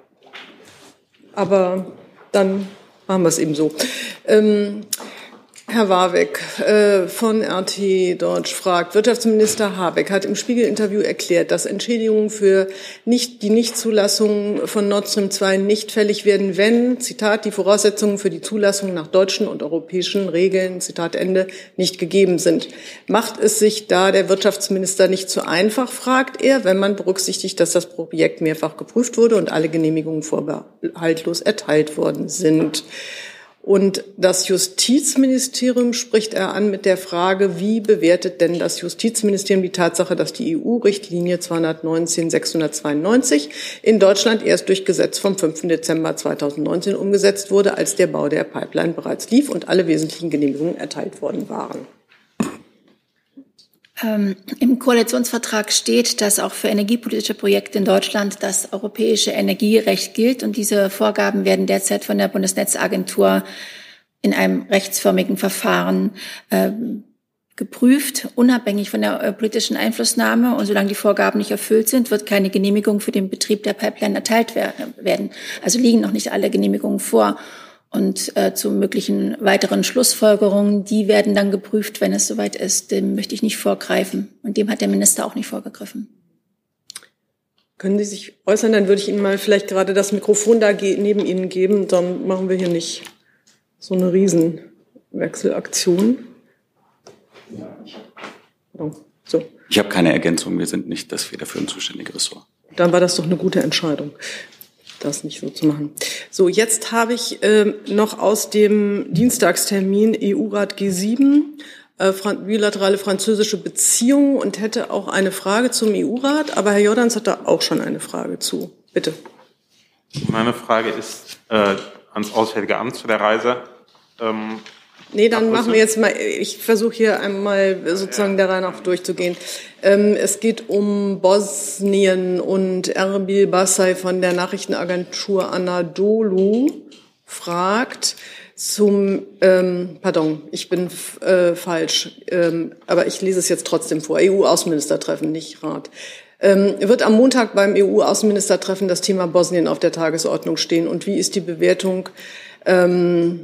Aber dann machen wir es eben so. Ähm, Herr Warwick äh, von R T Deutsch fragt, Wirtschaftsminister Habeck hat im Spiegel-Interview erklärt, dass Entschädigungen für nicht, die Nichtzulassung von Nord Stream zwei nicht fällig werden, wenn, Zitat, die Voraussetzungen für die Zulassung nach deutschen und europäischen Regeln, Zitat Ende, nicht gegeben sind. Macht es sich da der Wirtschaftsminister nicht zu einfach, fragt er, wenn man berücksichtigt, dass das Projekt mehrfach geprüft wurde und alle Genehmigungen vorbehaltlos erteilt worden sind. Und das Justizministerium spricht er an mit der Frage, wie bewertet denn das Justizministerium die Tatsache, dass die E U-Richtlinie zweihundertneunzehn sechshundertzweiundneunzig in Deutschland erst durch Gesetz vom fünften Dezember zweitausendneunzehn umgesetzt wurde, als der Bau der Pipeline bereits lief und alle wesentlichen Genehmigungen erteilt worden waren? Ähm, Im Koalitionsvertrag steht, dass auch für energiepolitische Projekte in Deutschland das europäische Energierecht gilt. Und diese Vorgaben werden derzeit von der Bundesnetzagentur in einem rechtsförmigen Verfahren äh, geprüft, unabhängig von der äh, politischen Einflussnahme. Und solange die Vorgaben nicht erfüllt sind, wird keine Genehmigung für den Betrieb der Pipeline erteilt werden. Also liegen noch nicht alle Genehmigungen vor. Und äh, zu möglichen weiteren Schlussfolgerungen, die werden dann geprüft, wenn es soweit ist. Dem möchte ich nicht vorgreifen. Und dem hat der Minister auch nicht vorgegriffen. Können Sie sich äußern? Dann würde ich Ihnen mal vielleicht gerade das Mikrofon da neben Ihnen geben. Dann machen wir hier nicht so eine Riesenwechselaktion. So. Ich habe keine Ergänzung. Wir sind nicht das federführend zuständige Ressort. Dann war das doch eine gute Entscheidung, das nicht so zu machen. So, jetzt habe ich äh, noch aus dem Dienstagstermin E U-Rat G sieben, äh, bilaterale französische Beziehungen, und hätte auch eine Frage zum E U-Rat, aber Herr Jordans hat da auch schon eine Frage zu. Bitte. Meine Frage ist äh, ans Auswärtige Amt zu der Reise. Ähm, Nee, dann machen wir jetzt mal, ich versuche hier einmal sozusagen der Reihe nach durchzugehen. Ähm, es geht um Bosnien und Erbil Basay von der Nachrichtenagentur Anadolu fragt zum, ähm, pardon, ich bin äh, falsch, ähm, aber ich lese es jetzt trotzdem vor, E U-Außenministertreffen, nicht Rat. Ähm, wird am Montag beim E U-Außenministertreffen das Thema Bosnien auf der Tagesordnung stehen? Und wie ist die Bewertung, ähm,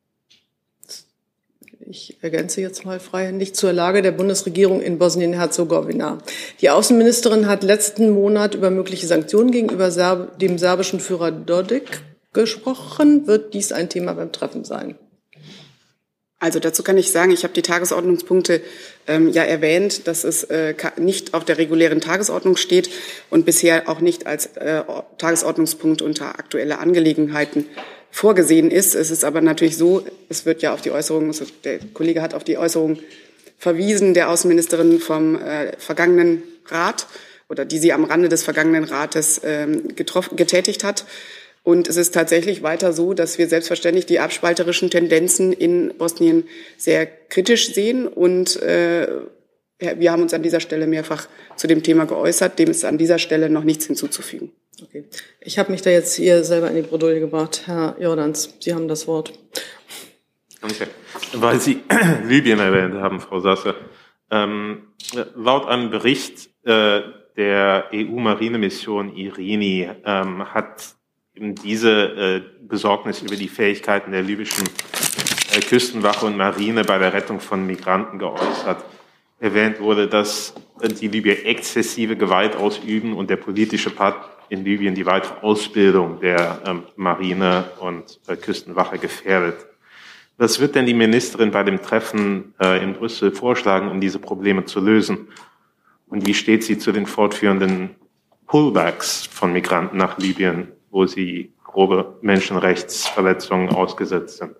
ich ergänze jetzt mal freihändig, zur Lage der Bundesregierung in Bosnien-Herzegowina? Die Außenministerin hat letzten Monat über mögliche Sanktionen gegenüber Serb- dem serbischen Führer Dodik gesprochen. Wird dies ein Thema beim Treffen sein? Also dazu kann ich sagen, ich habe die Tagesordnungspunkte ähm, ja erwähnt, dass es äh, nicht auf der regulären Tagesordnung steht und bisher auch nicht als äh, Tagesordnungspunkt unter aktuelle Angelegenheiten vorgesehen ist. Es ist aber natürlich so, es wird ja auf die Äußerung, also der Kollege hat auf die Äußerung verwiesen, der Außenministerin vom äh, vergangenen Rat oder die sie am Rande des vergangenen Rates ähm, getroffen, getätigt hat. Und es ist tatsächlich weiter so, dass wir selbstverständlich die abspalterischen Tendenzen in Bosnien sehr kritisch sehen. Und äh, wir haben uns an dieser Stelle mehrfach zu dem Thema geäußert. Dem ist an dieser Stelle noch nichts hinzuzufügen. Okay. Ich habe mich da jetzt hier selber in die Bredouille gebracht. Herr Jordans, Sie haben das Wort. Danke. Weil Sie Libyen erwähnt haben, Frau Sasse. Ähm, laut einem Bericht äh, der E U-Marinemission Irini ähm, hat eben diese äh, Besorgnis über die Fähigkeiten der libyschen äh, Küstenwache und Marine bei der Rettung von Migranten geäußert. Erwähnt wurde, dass äh, die Libyer exzessive Gewalt ausüben und der politische Part in Libyen die weitere Ausbildung der ähm, Marine und äh, Küstenwache gefährdet. Was wird denn die Ministerin bei dem Treffen äh, in Brüssel vorschlagen, um diese Probleme zu lösen? Und wie steht sie zu den fortführenden Pullbacks von Migranten nach Libyen, wo sie grobe Menschenrechtsverletzungen ausgesetzt sind?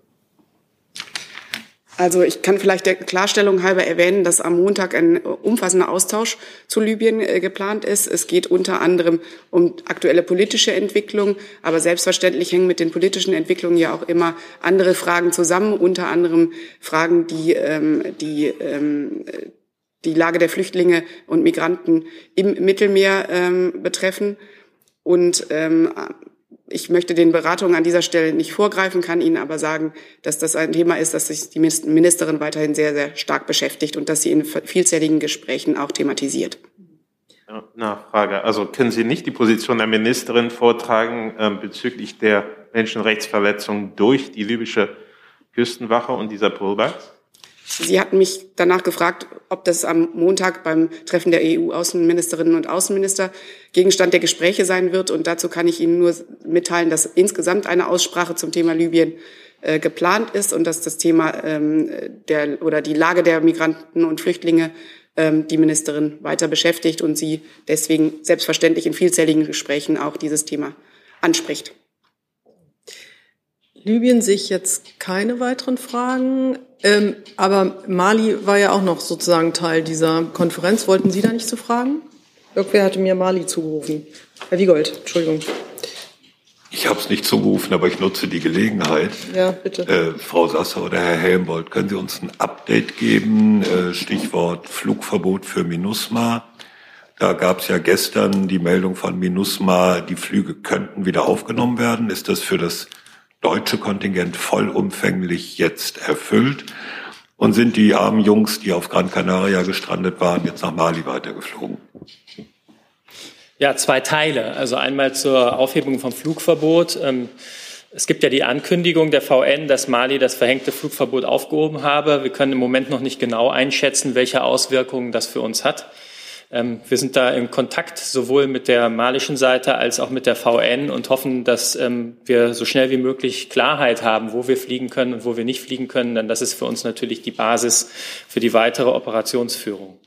Also ich kann vielleicht der Klarstellung halber erwähnen, dass am Montag ein umfassender Austausch zu Libyen äh, geplant ist. Es geht unter anderem um aktuelle politische Entwicklung, aber selbstverständlich hängen mit den politischen Entwicklungen ja auch immer andere Fragen zusammen, unter anderem Fragen, die ähm, die ähm, die Lage der Flüchtlinge und Migranten im Mittelmeer ähm, betreffen. Und ähm, ich möchte den Beratungen an dieser Stelle nicht vorgreifen, kann Ihnen aber sagen, dass das ein Thema ist, das sich die Ministerin weiterhin sehr, sehr stark beschäftigt und dass sie in vielzähligen Gesprächen auch thematisiert. Nachfrage. Also können Sie nicht die Position der Ministerin vortragen äh, bezüglich der Menschenrechtsverletzungen durch die libysche Küstenwache und dieser Pullbacks? Sie hatten mich danach gefragt, ob das am Montag beim Treffen der E U-Außenministerinnen und Außenminister Gegenstand der Gespräche sein wird. Und dazu kann ich Ihnen nur mitteilen, dass insgesamt eine Aussprache zum Thema Libyen äh, geplant ist und dass das Thema ähm, der oder die Lage der Migranten und Flüchtlinge ähm, die Ministerin weiter beschäftigt und sie deswegen selbstverständlich in vielzähligen Gesprächen auch dieses Thema anspricht. Libyen sehe ich jetzt keine weiteren Fragen. Ähm, aber Mali war ja auch noch sozusagen Teil dieser Konferenz. Wollten Sie da nicht zu fragen? Irgendwer hatte mir Mali zugerufen. Herr Wiegold, Entschuldigung. Ich habe es nicht zugerufen, aber ich nutze die Gelegenheit. Ja, bitte. Äh, Frau Sasser oder Herr Helmbold, können Sie uns ein Update geben? Äh, Stichwort Flugverbot für MINUSMA. Da gab es ja gestern die Meldung von MINUSMA, die Flüge könnten wieder aufgenommen werden. Ist das für das deutsche Kontingent vollumfänglich jetzt erfüllt? Und sind die armen Jungs, die auf Gran Canaria gestrandet waren, jetzt nach Mali weitergeflogen? Ja, zwei Teile. Also einmal zur Aufhebung vom Flugverbot. Es gibt ja die Ankündigung der V N, dass Mali das verhängte Flugverbot aufgehoben habe. Wir können im Moment noch nicht genau einschätzen, welche Auswirkungen das für uns hat. Wir sind da im Kontakt sowohl mit der malischen Seite als auch mit der V N und hoffen, dass wir so schnell wie möglich Klarheit haben, wo wir fliegen können und wo wir nicht fliegen können, denn das ist für uns natürlich die Basis für die weitere Operationsführung.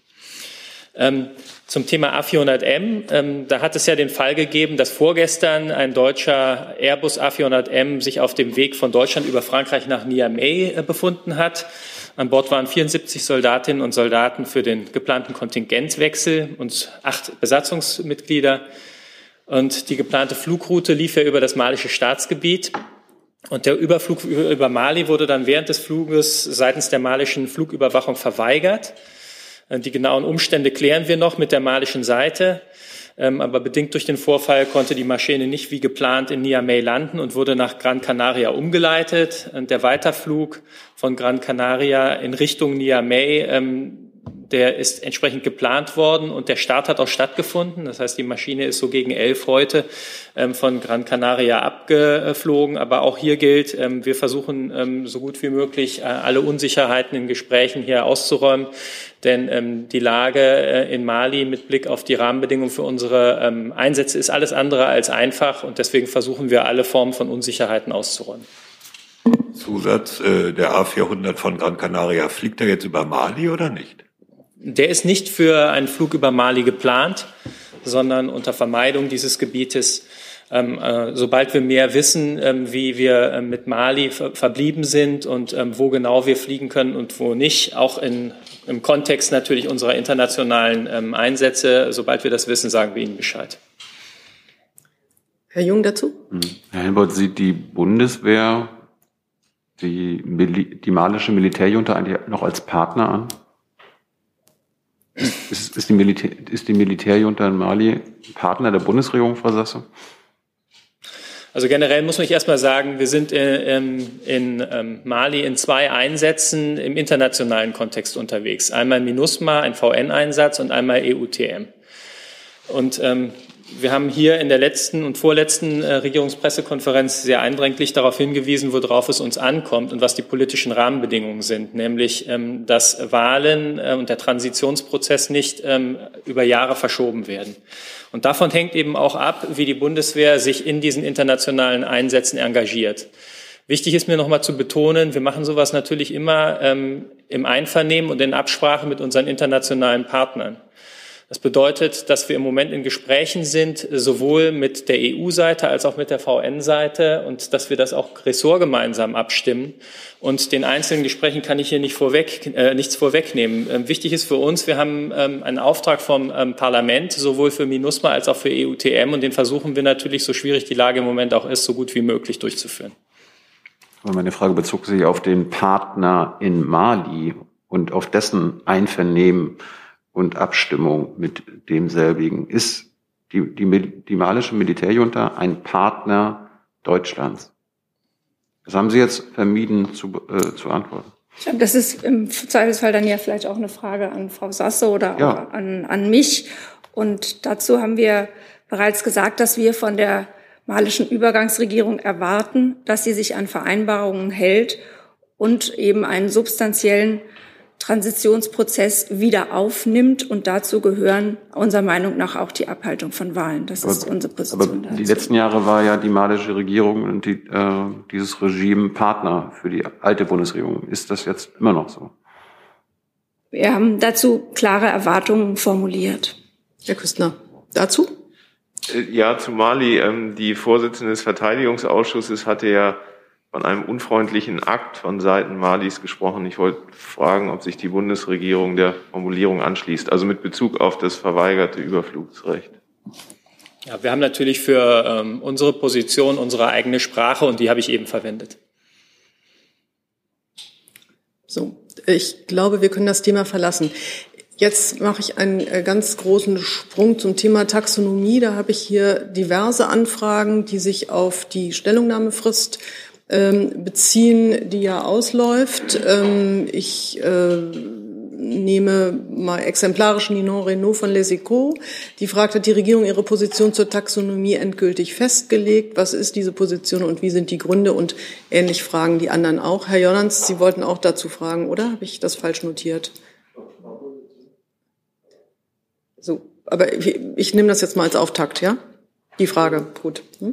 Zum Thema A vierhundert M, da hat es ja den Fall gegeben, dass vorgestern ein deutscher Airbus A vierhundert M sich auf dem Weg von Deutschland über Frankreich nach Niamey befunden hat. An Bord waren vierundsiebzig Soldatinnen und Soldaten für den geplanten Kontingentwechsel und acht Besatzungsmitglieder. Und die geplante Flugroute lief ja über das malische Staatsgebiet. Und der Überflug über Mali wurde dann während des Fluges seitens der malischen Flugüberwachung verweigert. Die genauen Umstände klären wir noch mit der malischen Seite. Aber bedingt durch den Vorfall konnte die Maschine nicht wie geplant in Niamey landen und wurde nach Gran Canaria umgeleitet. Und der Weiterflug von Gran Canaria in Richtung Niamey, ähm, der ist entsprechend geplant worden und der Start hat auch stattgefunden. Das heißt, die Maschine ist so gegen elf heute ähm, von Gran Canaria abgeflogen. Aber auch hier gilt, ähm, wir versuchen ähm, so gut wie möglich äh, alle Unsicherheiten in Gesprächen hier auszuräumen. Denn ähm, die Lage äh, in Mali mit Blick auf die Rahmenbedingungen für unsere ähm, Einsätze ist alles andere als einfach. Und deswegen versuchen wir, alle Formen von Unsicherheiten auszuräumen. Zusatz, äh, der A vierhundert von Gran Canaria, fliegt er jetzt über Mali oder nicht? Der ist nicht für einen Flug über Mali geplant, sondern unter Vermeidung dieses Gebietes. Ähm, äh, sobald wir mehr wissen, ähm, wie wir äh, mit Mali ver- verblieben sind und ähm, wo genau wir fliegen können und wo nicht, auch in, im Kontext natürlich unserer internationalen ähm, Einsätze, sobald wir das wissen, sagen wir Ihnen Bescheid. Herr Jung dazu? Herr Helmbold, sieht die Bundeswehr die, Mil- die malische Militärjunta eigentlich noch als Partner an? Ist, ist, die Militär, ist die Militärjunta in Mali Partner der Bundesregierung, Frau Sasse? Also generell muss ich erst mal sagen, wir sind in, in, in Mali in zwei Einsätzen im internationalen Kontext unterwegs. Einmal MINUSMA, ein V N-Einsatz, und einmal E U T M. Und ähm, wir haben hier in der letzten und vorletzten äh, Regierungspressekonferenz sehr eindringlich darauf hingewiesen, worauf es uns ankommt und was die politischen Rahmenbedingungen sind, nämlich, ähm, dass Wahlen äh, und der Transitionsprozess nicht ähm, über Jahre verschoben werden. Und davon hängt eben auch ab, wie die Bundeswehr sich in diesen internationalen Einsätzen engagiert. Wichtig ist mir noch mal zu betonen, wir machen sowas natürlich immer ähm, im Einvernehmen und in Absprache mit unseren internationalen Partnern. Das bedeutet, dass wir im Moment in Gesprächen sind, sowohl mit der E U-Seite als auch mit der V N-Seite, und dass wir das auch ressortgemeinsam abstimmen. Und den einzelnen Gesprächen kann ich hier nicht vorweg, äh, nichts vorwegnehmen. Ähm, wichtig ist für uns, wir haben ähm, einen Auftrag vom ähm, Parlament, sowohl für MINUSMA als auch für E U T M, und den versuchen wir natürlich, so schwierig die Lage im Moment auch ist, so gut wie möglich durchzuführen. Meine Frage bezog sich auf den Partner in Mali und auf dessen Einvernehmen und Abstimmung mit demselbigen. Ist die, die, die malische Militärjunta ein Partner Deutschlands? Das haben Sie jetzt vermieden zu, äh, zu antworten. Ich glaube, das ist im Zweifelsfall dann ja vielleicht auch eine Frage an Frau Sasse oder ja. auch an, an mich. Und dazu haben wir bereits gesagt, dass wir von der malischen Übergangsregierung erwarten, dass sie sich an Vereinbarungen hält und eben einen substanziellen Transitionsprozess wieder aufnimmt. Und dazu gehören unserer Meinung nach auch die Abhaltung von Wahlen. Das aber, ist unsere Position. Aber die letzten Jahre war ja die malische Regierung und die, äh, dieses Regime Partner für die alte Bundesregierung. Ist das jetzt immer noch so? Wir haben dazu klare Erwartungen formuliert. Herr Küstner, dazu? Ja, zu Mali. Ähm, die Vorsitzende des Verteidigungsausschusses hatte ja von einem unfreundlichen Akt von Seiten Malis gesprochen. Ich wollte fragen, ob sich die Bundesregierung der Formulierung anschließt, also mit Bezug auf das verweigerte Überflugsrecht. Ja, wir haben natürlich für ähm, unsere Position unsere eigene Sprache und die habe ich eben verwendet. So, ich glaube, wir können das Thema verlassen. Jetzt mache ich einen ganz großen Sprung zum Thema Taxonomie. Da habe ich hier diverse Anfragen, die sich auf die Stellungnahmefrist ähm, beziehen, die ja ausläuft. Ähm, ich äh, nehme mal exemplarisch Ninon Reynaud von Les Echos. Die fragt, hat die Regierung ihre Position zur Taxonomie endgültig festgelegt? Was ist diese Position und wie sind die Gründe? Und ähnlich fragen die anderen auch. Herr Jordans, Sie wollten auch dazu fragen, oder? Habe ich das falsch notiert? So, aber ich, ich nehme das jetzt mal als Auftakt, ja? Die Frage, gut. Hm?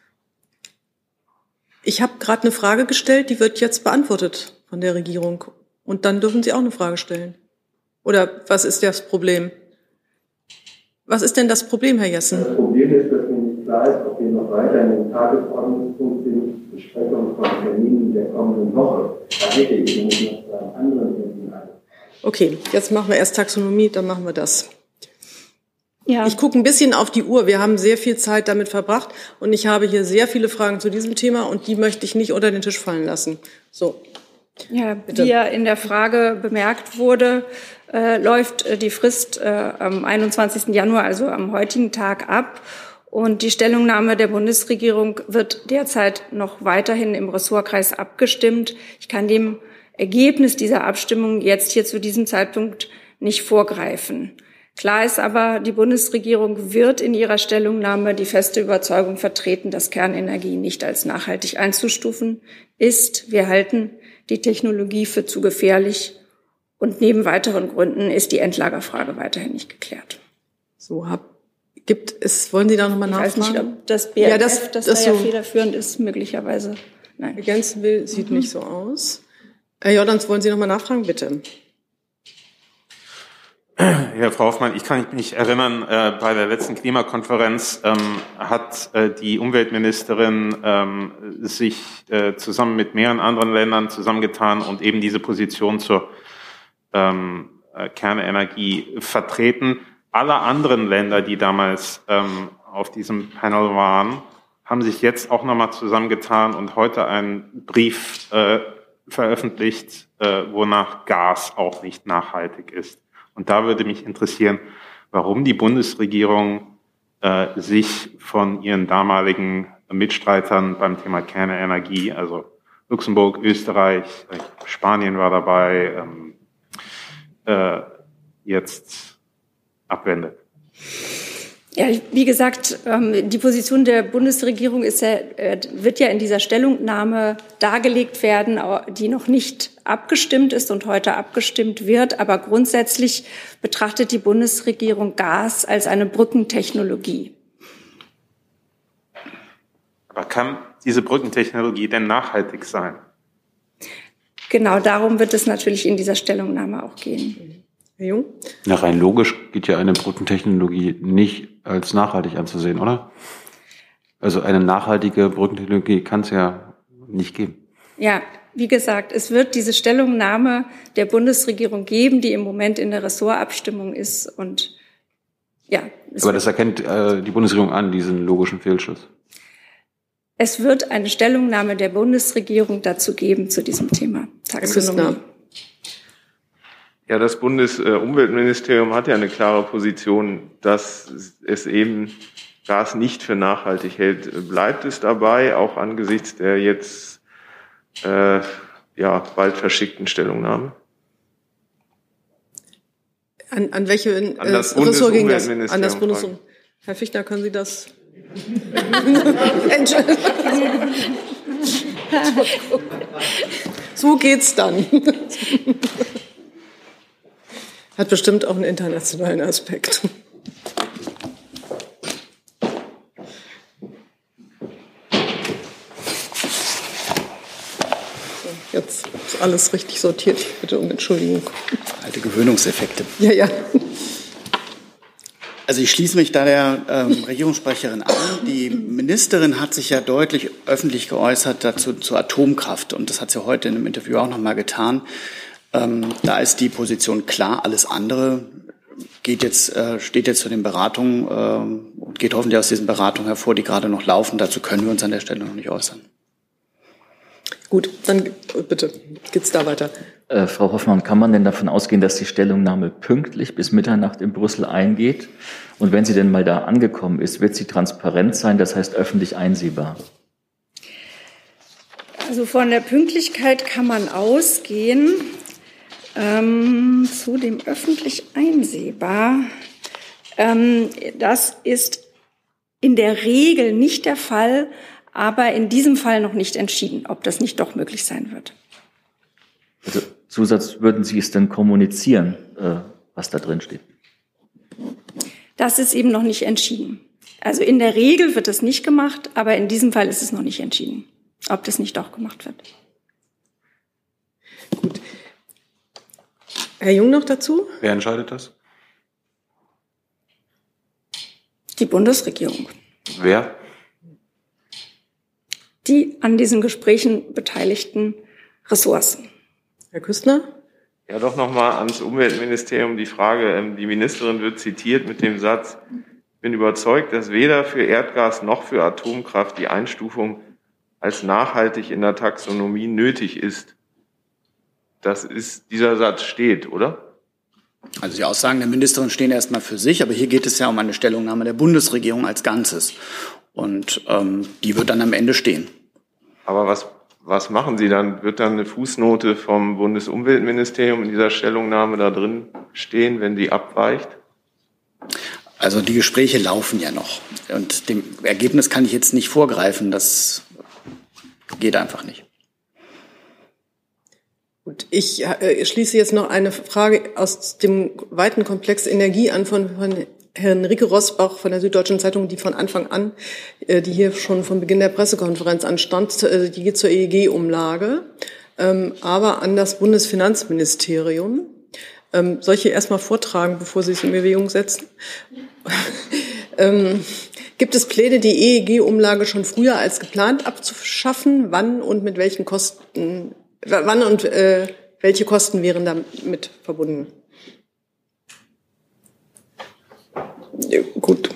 Ich habe gerade eine Frage gestellt, die wird jetzt beantwortet von der Regierung. Und dann dürfen Sie auch eine Frage stellen. Oder was ist das Problem? Was ist denn das Problem, Herr Jessen? Das Problem ist, dass mir nicht klar ist, ob wir noch weiter in den Tagesordnungspunkt sind, Besprechung von Terminen der kommenden Woche. Da hätte ich nämlich noch zu einem anderen Termin ein. Okay, jetzt machen wir erst Taxonomie, dann machen wir das. Ja. Ich gucke ein bisschen auf die Uhr. Wir haben sehr viel Zeit damit verbracht und ich habe hier sehr viele Fragen zu diesem Thema und die möchte ich nicht unter den Tisch fallen lassen. So. Ja, bitte. Wie ja in der Frage bemerkt wurde, äh, läuft äh, die Frist äh, am einundzwanzigsten Januar, also am heutigen Tag, ab. Und die Stellungnahme der Bundesregierung wird derzeit noch weiterhin im Ressortkreis abgestimmt. Ich kann dem Ergebnis dieser Abstimmung jetzt hier zu diesem Zeitpunkt nicht vorgreifen. Klar ist aber, die Bundesregierung wird in ihrer Stellungnahme die feste Überzeugung vertreten, dass Kernenergie nicht als nachhaltig einzustufen ist. Wir halten die Technologie für zu gefährlich und neben weiteren Gründen ist die Endlagerfrage weiterhin nicht geklärt. So hab, gibt es, wollen Sie da nochmal nachfragen? Ich weiß nicht, ob das B R F, ja, das, das, das da ja so federführend ist, möglicherweise. Nein. Ergänzen will, sieht mhm. nicht so aus. Herr Jordans, wollen Sie nochmal nachfragen, bitte? Ja, Frau Hoffmann, ich kann mich erinnern, äh, bei der letzten Klimakonferenz ähm, hat äh, die Umweltministerin ähm, sich äh, zusammen mit mehreren anderen Ländern zusammengetan und eben diese Position zur ähm, äh, Kernenergie vertreten. Alle anderen Länder, die damals ähm, auf diesem Panel waren, haben sich jetzt auch nochmal zusammengetan und heute einen Brief äh, veröffentlicht, äh, wonach Gas auch nicht nachhaltig ist. Und da würde mich interessieren, warum die Bundesregierung äh, sich von ihren damaligen Mitstreitern beim Thema Kernenergie, also Luxemburg, Österreich, Spanien war dabei, ähm, äh, jetzt abwendet. Ja, wie gesagt, die Position der Bundesregierung ist ja, wird ja in dieser Stellungnahme dargelegt werden, die noch nicht abgestimmt ist und heute abgestimmt wird. Aber grundsätzlich betrachtet die Bundesregierung Gas als eine Brückentechnologie. Aber kann diese Brückentechnologie denn nachhaltig sein? Genau darum wird es natürlich in dieser Stellungnahme auch gehen. Herr Jung? Na, rein logisch geht ja eine Brückentechnologie nicht als nachhaltig anzusehen, oder? Also eine nachhaltige Brückentechnologie kann es ja nicht geben. Ja, wie gesagt, es wird diese Stellungnahme der Bundesregierung geben, die im Moment in der Ressortabstimmung ist. Und ja. Aber das erkennt äh, die Bundesregierung an, diesen logischen Fehlschluss. Es wird eine Stellungnahme der Bundesregierung dazu geben, zu diesem Thema Taxonomie. Ja, das Bundesumweltministerium hat ja eine klare Position, dass es eben Gas nicht für nachhaltig hält. Bleibt es dabei, auch angesichts der jetzt äh, ja bald verschickten Stellungnahme? An, an welche äh, an das Ressort ging das? An das Bundesum. Herr Fichtner, können Sie das? So geht's dann. Hat bestimmt auch einen internationalen Aspekt. Jetzt ist alles richtig sortiert. Ich bitte um Entschuldigung. Alte Gewöhnungseffekte. Ja, ja. Also ich schließe mich da der ähm, Regierungssprecherin an. Die Ministerin hat sich ja deutlich öffentlich geäußert dazu zur Atomkraft. Und das hat sie heute in einem Interview auch noch mal getan. Ähm, da ist die Position klar. Alles andere geht jetzt, äh, steht jetzt zu den Beratungen äh, und geht hoffentlich aus diesen Beratungen hervor, die gerade noch laufen. Dazu können wir uns an der Stelle noch nicht äußern. Gut, dann bitte, geht's da weiter. Äh, Frau Hoffmann, kann man denn davon ausgehen, dass die Stellungnahme pünktlich bis Mitternacht in Brüssel eingeht? Und wenn sie denn mal da angekommen ist, wird sie transparent sein, das heißt öffentlich einsehbar? Also von der Pünktlichkeit kann man ausgehen. Ähm, zu dem öffentlich einsehbar. Ähm, das ist in der Regel nicht der Fall, aber in diesem Fall noch nicht entschieden, ob das nicht doch möglich sein wird. Also Zusatz, würden Sie es denn kommunizieren, äh, was da drin steht? Das ist eben noch nicht entschieden. Also in der Regel wird das nicht gemacht, aber in diesem Fall ist es noch nicht entschieden, ob das nicht doch gemacht wird. Gut. Herr Jung noch dazu? Wer entscheidet das? Die Bundesregierung. Wer? Die an diesen Gesprächen beteiligten Ressorts. Herr Küstner? Ja, doch nochmal ans Umweltministerium die Frage. Die Ministerin wird zitiert mit dem Satz, ich bin überzeugt, dass weder für Erdgas noch für Atomkraft die Einstufung als nachhaltig in der Taxonomie nötig ist. Das ist, dieser Satz steht, oder? Also die Aussagen der Ministerin stehen erstmal für sich, aber hier geht es ja um eine Stellungnahme der Bundesregierung als Ganzes. Und ähm, die wird dann am Ende stehen. Aber was, was machen Sie dann? Wird dann eine Fußnote vom Bundesumweltministerium in dieser Stellungnahme da drin stehen, wenn die abweicht? Also die Gespräche laufen ja noch. Und dem Ergebnis kann ich jetzt nicht vorgreifen. Das geht einfach nicht. Gut, ich äh, schließe jetzt noch eine Frage aus dem weiten Komplex Energie an von, von Herrn Rike Rosbach von der Süddeutschen Zeitung, die von Anfang an, äh, die hier schon von Beginn der Pressekonferenz anstand, äh, die geht zur E E G-Umlage, ähm, aber an das Bundesfinanzministerium. Ähm, soll ich hier erstmal vortragen, bevor Sie es in Bewegung setzen? ähm, gibt es Pläne, die E E G-Umlage schon früher als geplant abzuschaffen? Wann und mit welchen Kosten? Wann und äh, welche Kosten wären damit verbunden? Ja, gut.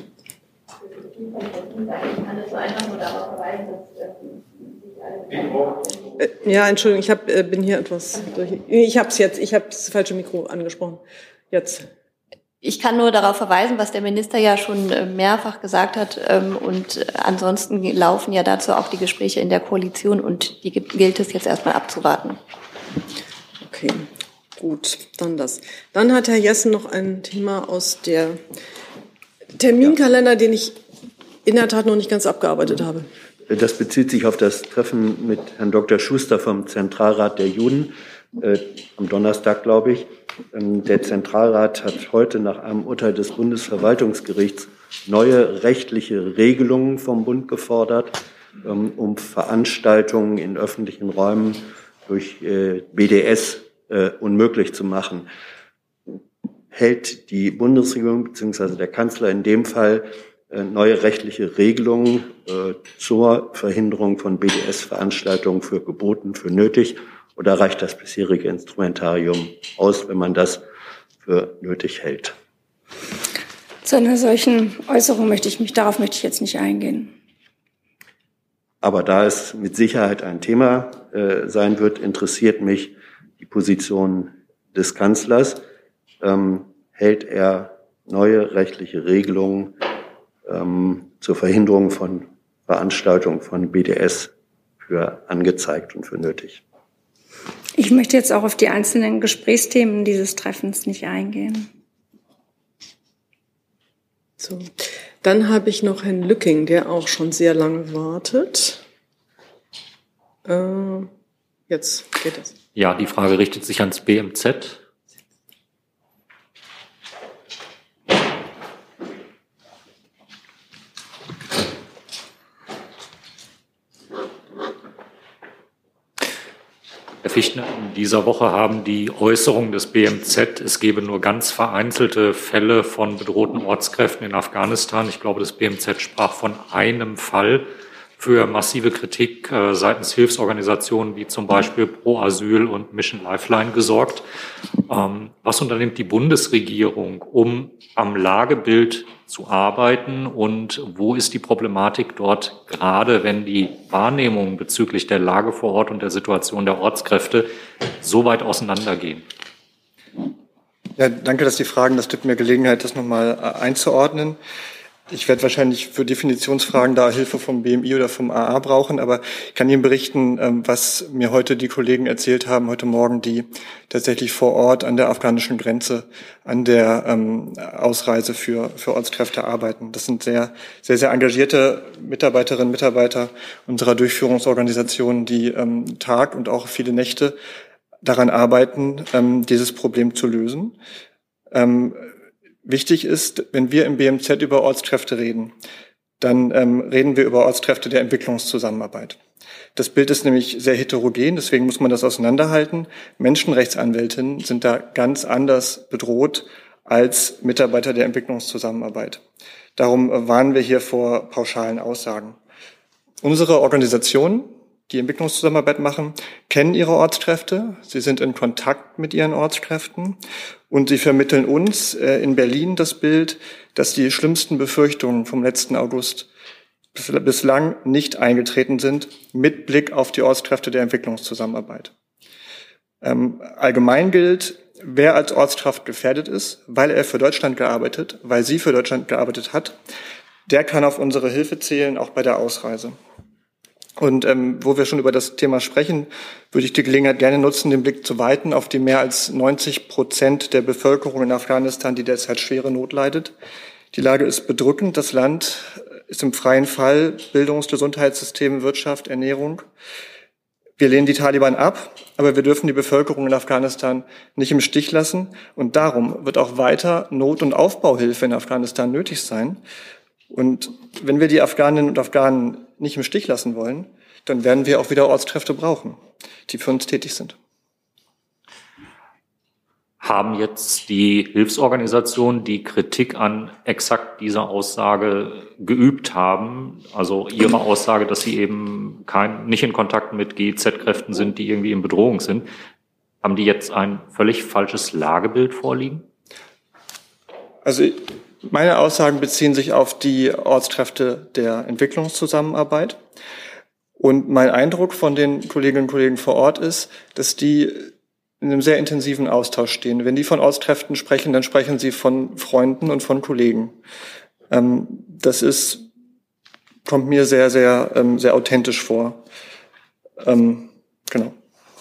Äh, ja, Entschuldigung, ich hab, äh, bin hier etwas durch. Ich habe es jetzt, ich habe das falsche Mikro angesprochen. Jetzt. Ich kann nur darauf verweisen, was der Minister ja schon mehrfach gesagt hat. Und ansonsten laufen ja dazu auch die Gespräche in der Koalition und die gilt es jetzt erstmal abzuwarten. Okay, gut, dann das. Dann hat Herr Jessen noch ein Thema aus der Terminkalender, den ich in der Tat noch nicht ganz abgearbeitet habe. Das bezieht sich auf das Treffen mit Herrn Doktor Schuster vom Zentralrat der Juden, äh, am Donnerstag, glaube ich. Ähm, der Zentralrat hat heute nach einem Urteil des Bundesverwaltungsgerichts neue rechtliche Regelungen vom Bund gefordert, ähm, um Veranstaltungen in öffentlichen Räumen durch äh, B D S äh, unmöglich zu machen. Hält die Bundesregierung bzw. der Kanzler in dem Fall äh, neue rechtliche Regelungen äh, zur Verhinderung von B D S-Veranstaltungen für geboten, für nötig? Oder reicht das bisherige Instrumentarium aus, wenn man das für nötig hält? Zu einer solchen Äußerung möchte ich mich, darauf möchte ich jetzt nicht eingehen. Aber da es mit Sicherheit ein Thema äh, sein wird, interessiert mich die Position des Kanzlers. Ähm, hält er neue rechtliche Regelungen ähm, zur Verhinderung von Veranstaltungen von B D S für angezeigt und für nötig? Ich möchte jetzt auch auf die einzelnen Gesprächsthemen dieses Treffens nicht eingehen. So, dann habe ich noch Herrn Lücking, der auch schon sehr lange wartet. Äh, jetzt geht das. Ja, die Frage richtet sich ans B M Z. Fichtner, in dieser Woche haben die Äußerungen des B M Z, es gebe nur ganz vereinzelte Fälle von bedrohten Ortskräften in Afghanistan. Ich glaube, das B M Z sprach von einem Fall, für massive Kritik äh, seitens Hilfsorganisationen wie zum Beispiel Pro Asyl und Mission Lifeline gesorgt. Ähm, was unternimmt die Bundesregierung, um am Lagebild zu arbeiten, und wo ist die Problematik dort, gerade wenn die Wahrnehmungen bezüglich der Lage vor Ort und der Situation der Ortskräfte so weit auseinandergehen? Ja, danke, dass Sie fragen. Das gibt mir Gelegenheit, das nochmal einzuordnen. Ich werde wahrscheinlich für Definitionsfragen da Hilfe vom B M I oder vom A A brauchen, aber ich kann Ihnen berichten, was mir heute die Kollegen erzählt haben, heute Morgen, die tatsächlich vor Ort an der afghanischen Grenze, an der ähm, Ausreise für, für Ortskräfte arbeiten. Das sind sehr, sehr, sehr engagierte Mitarbeiterinnen und Mitarbeiter unserer Durchführungsorganisation, die ähm, Tag und auch viele Nächte daran arbeiten, ähm, dieses Problem zu lösen. Ähm, Wichtig ist, wenn wir im B M Z über Ortskräfte reden, dann ähm, reden wir über Ortskräfte der Entwicklungszusammenarbeit. Das Bild ist nämlich sehr heterogen, deswegen muss man das auseinanderhalten. Menschenrechtsanwältinnen sind da ganz anders bedroht als Mitarbeiter der Entwicklungszusammenarbeit. Darum äh, warnen wir hier vor pauschalen Aussagen. Unsere Organisationen, die Entwicklungszusammenarbeit machen, kennen ihre Ortskräfte. Sie sind in Kontakt mit ihren Ortskräften und sie vermitteln uns äh, in Berlin das Bild, dass die schlimmsten Befürchtungen vom letzten August bis, bislang nicht eingetreten sind, mit Blick auf die Ortskräfte der Entwicklungszusammenarbeit. Ähm, allgemein gilt, wer als Ortskraft gefährdet ist, weil er für Deutschland gearbeitet, weil sie für Deutschland gearbeitet hat, der kann auf unsere Hilfe zählen, auch bei der Ausreise. Und ähm, wo wir schon über das Thema sprechen, würde ich die Gelegenheit gerne nutzen, den Blick zu weiten auf die mehr als neunzig Prozent der Bevölkerung in Afghanistan, die derzeit schwere Not leidet. Die Lage ist bedrückend. Das Land ist im freien Fall. Bildungs-, Gesundheitssystem, Wirtschaft, Ernährung. Wir lehnen die Taliban ab, aber wir dürfen die Bevölkerung in Afghanistan nicht im Stich lassen. Und darum wird auch weiter Not- und Aufbauhilfe in Afghanistan nötig sein. Und wenn wir die Afghaninnen und Afghanen nicht im Stich lassen wollen, dann werden wir auch wieder Ortskräfte brauchen, die für uns tätig sind. Haben jetzt die Hilfsorganisationen, die Kritik an exakt dieser Aussage geübt haben, also ihre Aussage, dass sie eben kein, nicht in Kontakt mit G I Z-Kräften sind, die irgendwie in Bedrohung sind, haben die jetzt ein völlig falsches Lagebild vorliegen? Also meine Aussagen beziehen sich auf die Ortskräfte der Entwicklungszusammenarbeit. Und mein Eindruck von den Kolleginnen und Kollegen vor Ort ist, dass die in einem sehr intensiven Austausch stehen. Wenn die von Ortskräften sprechen, dann sprechen sie von Freunden und von Kollegen. Ähm, das ist, kommt mir sehr, sehr, ähm, sehr authentisch vor. Ähm, genau.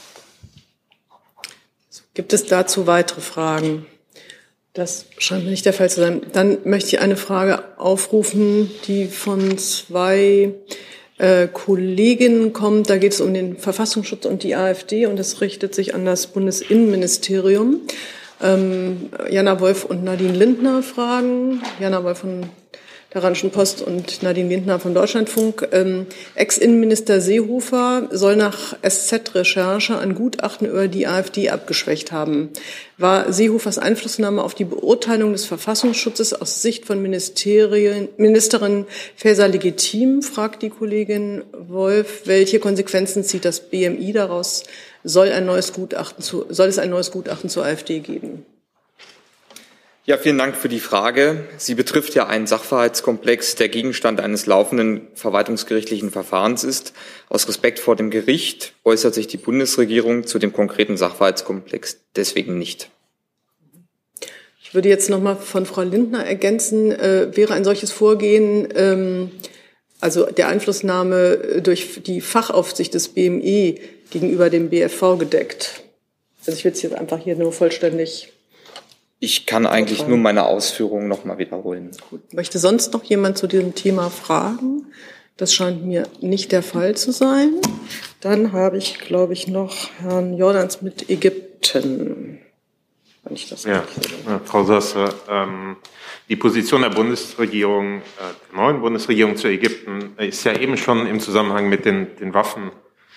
Gibt es dazu weitere Fragen? Das scheint mir nicht der Fall zu sein. Dann möchte ich eine Frage aufrufen, die von zwei äh, Kolleginnen kommt. Da geht es um den Verfassungsschutz und die AfD und es richtet sich an das Bundesinnenministerium. Ähm, Jana Wolf und Nadine Lindner fragen. Jana Wolf von der Rheinischen Post und Nadine Lindner vom Deutschlandfunk. Ähm, Ex-Innenminister Seehofer soll nach S Z-Recherche ein Gutachten über die AfD abgeschwächt haben. War Seehofers Einflussnahme auf die Beurteilung des Verfassungsschutzes aus Sicht von Ministerien, Ministerin Faeser legitim, fragt die Kollegin Wolf. Welche Konsequenzen zieht das B M I daraus? Soll, ein neues Gutachten zu, soll es ein neues Gutachten zur AfD geben? Ja, vielen Dank für die Frage. Sie betrifft ja einen Sachverhaltskomplex, der Gegenstand eines laufenden verwaltungsgerichtlichen Verfahrens ist. Aus Respekt vor dem Gericht äußert sich die Bundesregierung zu dem konkreten Sachverhaltskomplex deswegen nicht. Ich würde jetzt noch mal von Frau Lindner ergänzen, äh, wäre ein solches Vorgehen, ähm, also der Einflussnahme durch die Fachaufsicht des B M I gegenüber dem B F V gedeckt? Also ich will es jetzt einfach hier nur vollständig. Ich kann eigentlich nur meine Ausführungen noch mal wiederholen. Gut. Möchte sonst noch jemand zu diesem Thema fragen? Das scheint mir nicht der Fall zu sein. Dann habe ich, glaube ich, noch Herrn Jordans mit Ägypten. Wenn ich das ja, ja, Frau Sasse, ähm, die Position der Bundesregierung, äh, der neuen Bundesregierung zu Ägypten ist ja eben schon im Zusammenhang mit den, den Waffen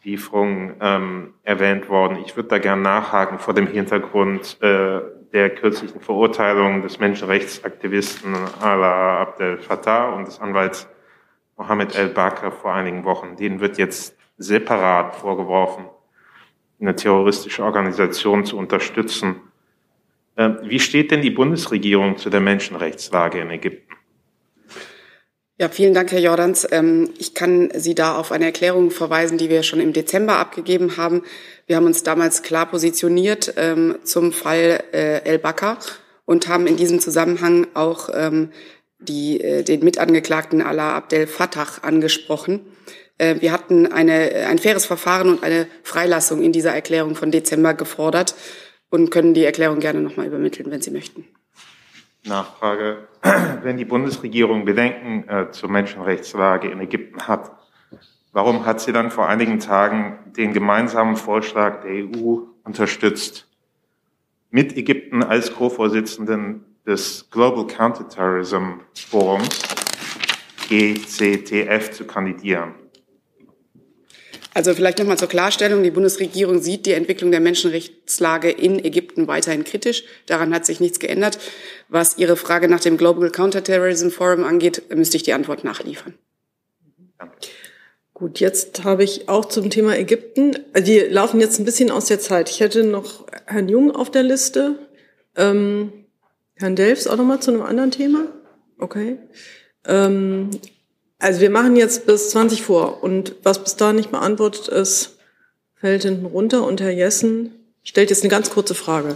Lieferung ähm, erwähnt worden. Ich würde da gerne nachhaken vor dem Hintergrund äh, der kürzlichen Verurteilung des Menschenrechtsaktivisten Alaa Abdel Fattah und des Anwalts Mohammed El-Bakr vor einigen Wochen. Denen wird jetzt separat vorgeworfen, eine terroristische Organisation zu unterstützen. Äh, wie steht denn die Bundesregierung zu der Menschenrechtslage in Ägypten? Ja, vielen Dank, Herr Jordans. Ich kann Sie da auf eine Erklärung verweisen, die wir schon im Dezember abgegeben haben. Wir haben uns damals klar positioniert ähm, zum Fall äh, El-Bakr und haben in diesem Zusammenhang auch ähm, die, äh, den Mitangeklagten Alaa Abdel Fattah angesprochen. Äh, wir hatten eine, ein faires Verfahren und eine Freilassung in dieser Erklärung von Dezember gefordert und können die Erklärung gerne nochmal übermitteln, wenn Sie möchten. Nachfrage. Wenn die Bundesregierung Bedenken äh, zur Menschenrechtslage in Ägypten hat, warum hat sie dann vor einigen Tagen den gemeinsamen Vorschlag der E U unterstützt, mit Ägypten als Co-Vorsitzenden des Global Counterterrorism Forums G C T F zu kandidieren? Also vielleicht nochmal zur Klarstellung. Die Bundesregierung sieht die Entwicklung der Menschenrechtslage in Ägypten weiterhin kritisch. Daran hat sich nichts geändert. Was Ihre Frage nach dem Global Counterterrorism Forum angeht, müsste ich die Antwort nachliefern. Danke. Gut, jetzt habe ich auch zum Thema Ägypten. Die laufen jetzt ein bisschen aus der Zeit. Ich hätte noch Herrn Jung auf der Liste. Ähm, Herrn Delfs auch nochmal zu einem anderen Thema. Okay. Ähm, Also wir machen jetzt bis zwanzig vor und was bis dahin nicht beantwortet ist, fällt hinten runter und Herr Jessen stellt jetzt eine ganz kurze Frage.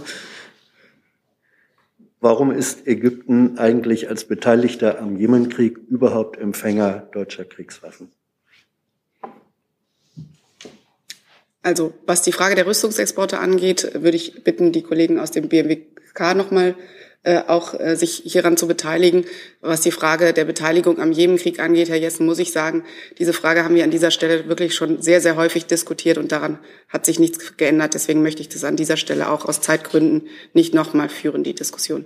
Warum ist Ägypten eigentlich als Beteiligter am Jemenkrieg überhaupt Empfänger deutscher Kriegswaffen? Also was die Frage der Rüstungsexporte angeht, würde ich bitten, die Kollegen aus dem B M W K nochmal Äh, auch äh, sich hieran zu beteiligen. Was die Frage der Beteiligung am Jemenkrieg angeht, Herr Jessen, muss ich sagen, diese Frage haben wir an dieser Stelle wirklich schon sehr, sehr häufig diskutiert und daran hat sich nichts geändert. Deswegen möchte ich das an dieser Stelle auch aus Zeitgründen nicht nochmal führen, die Diskussion.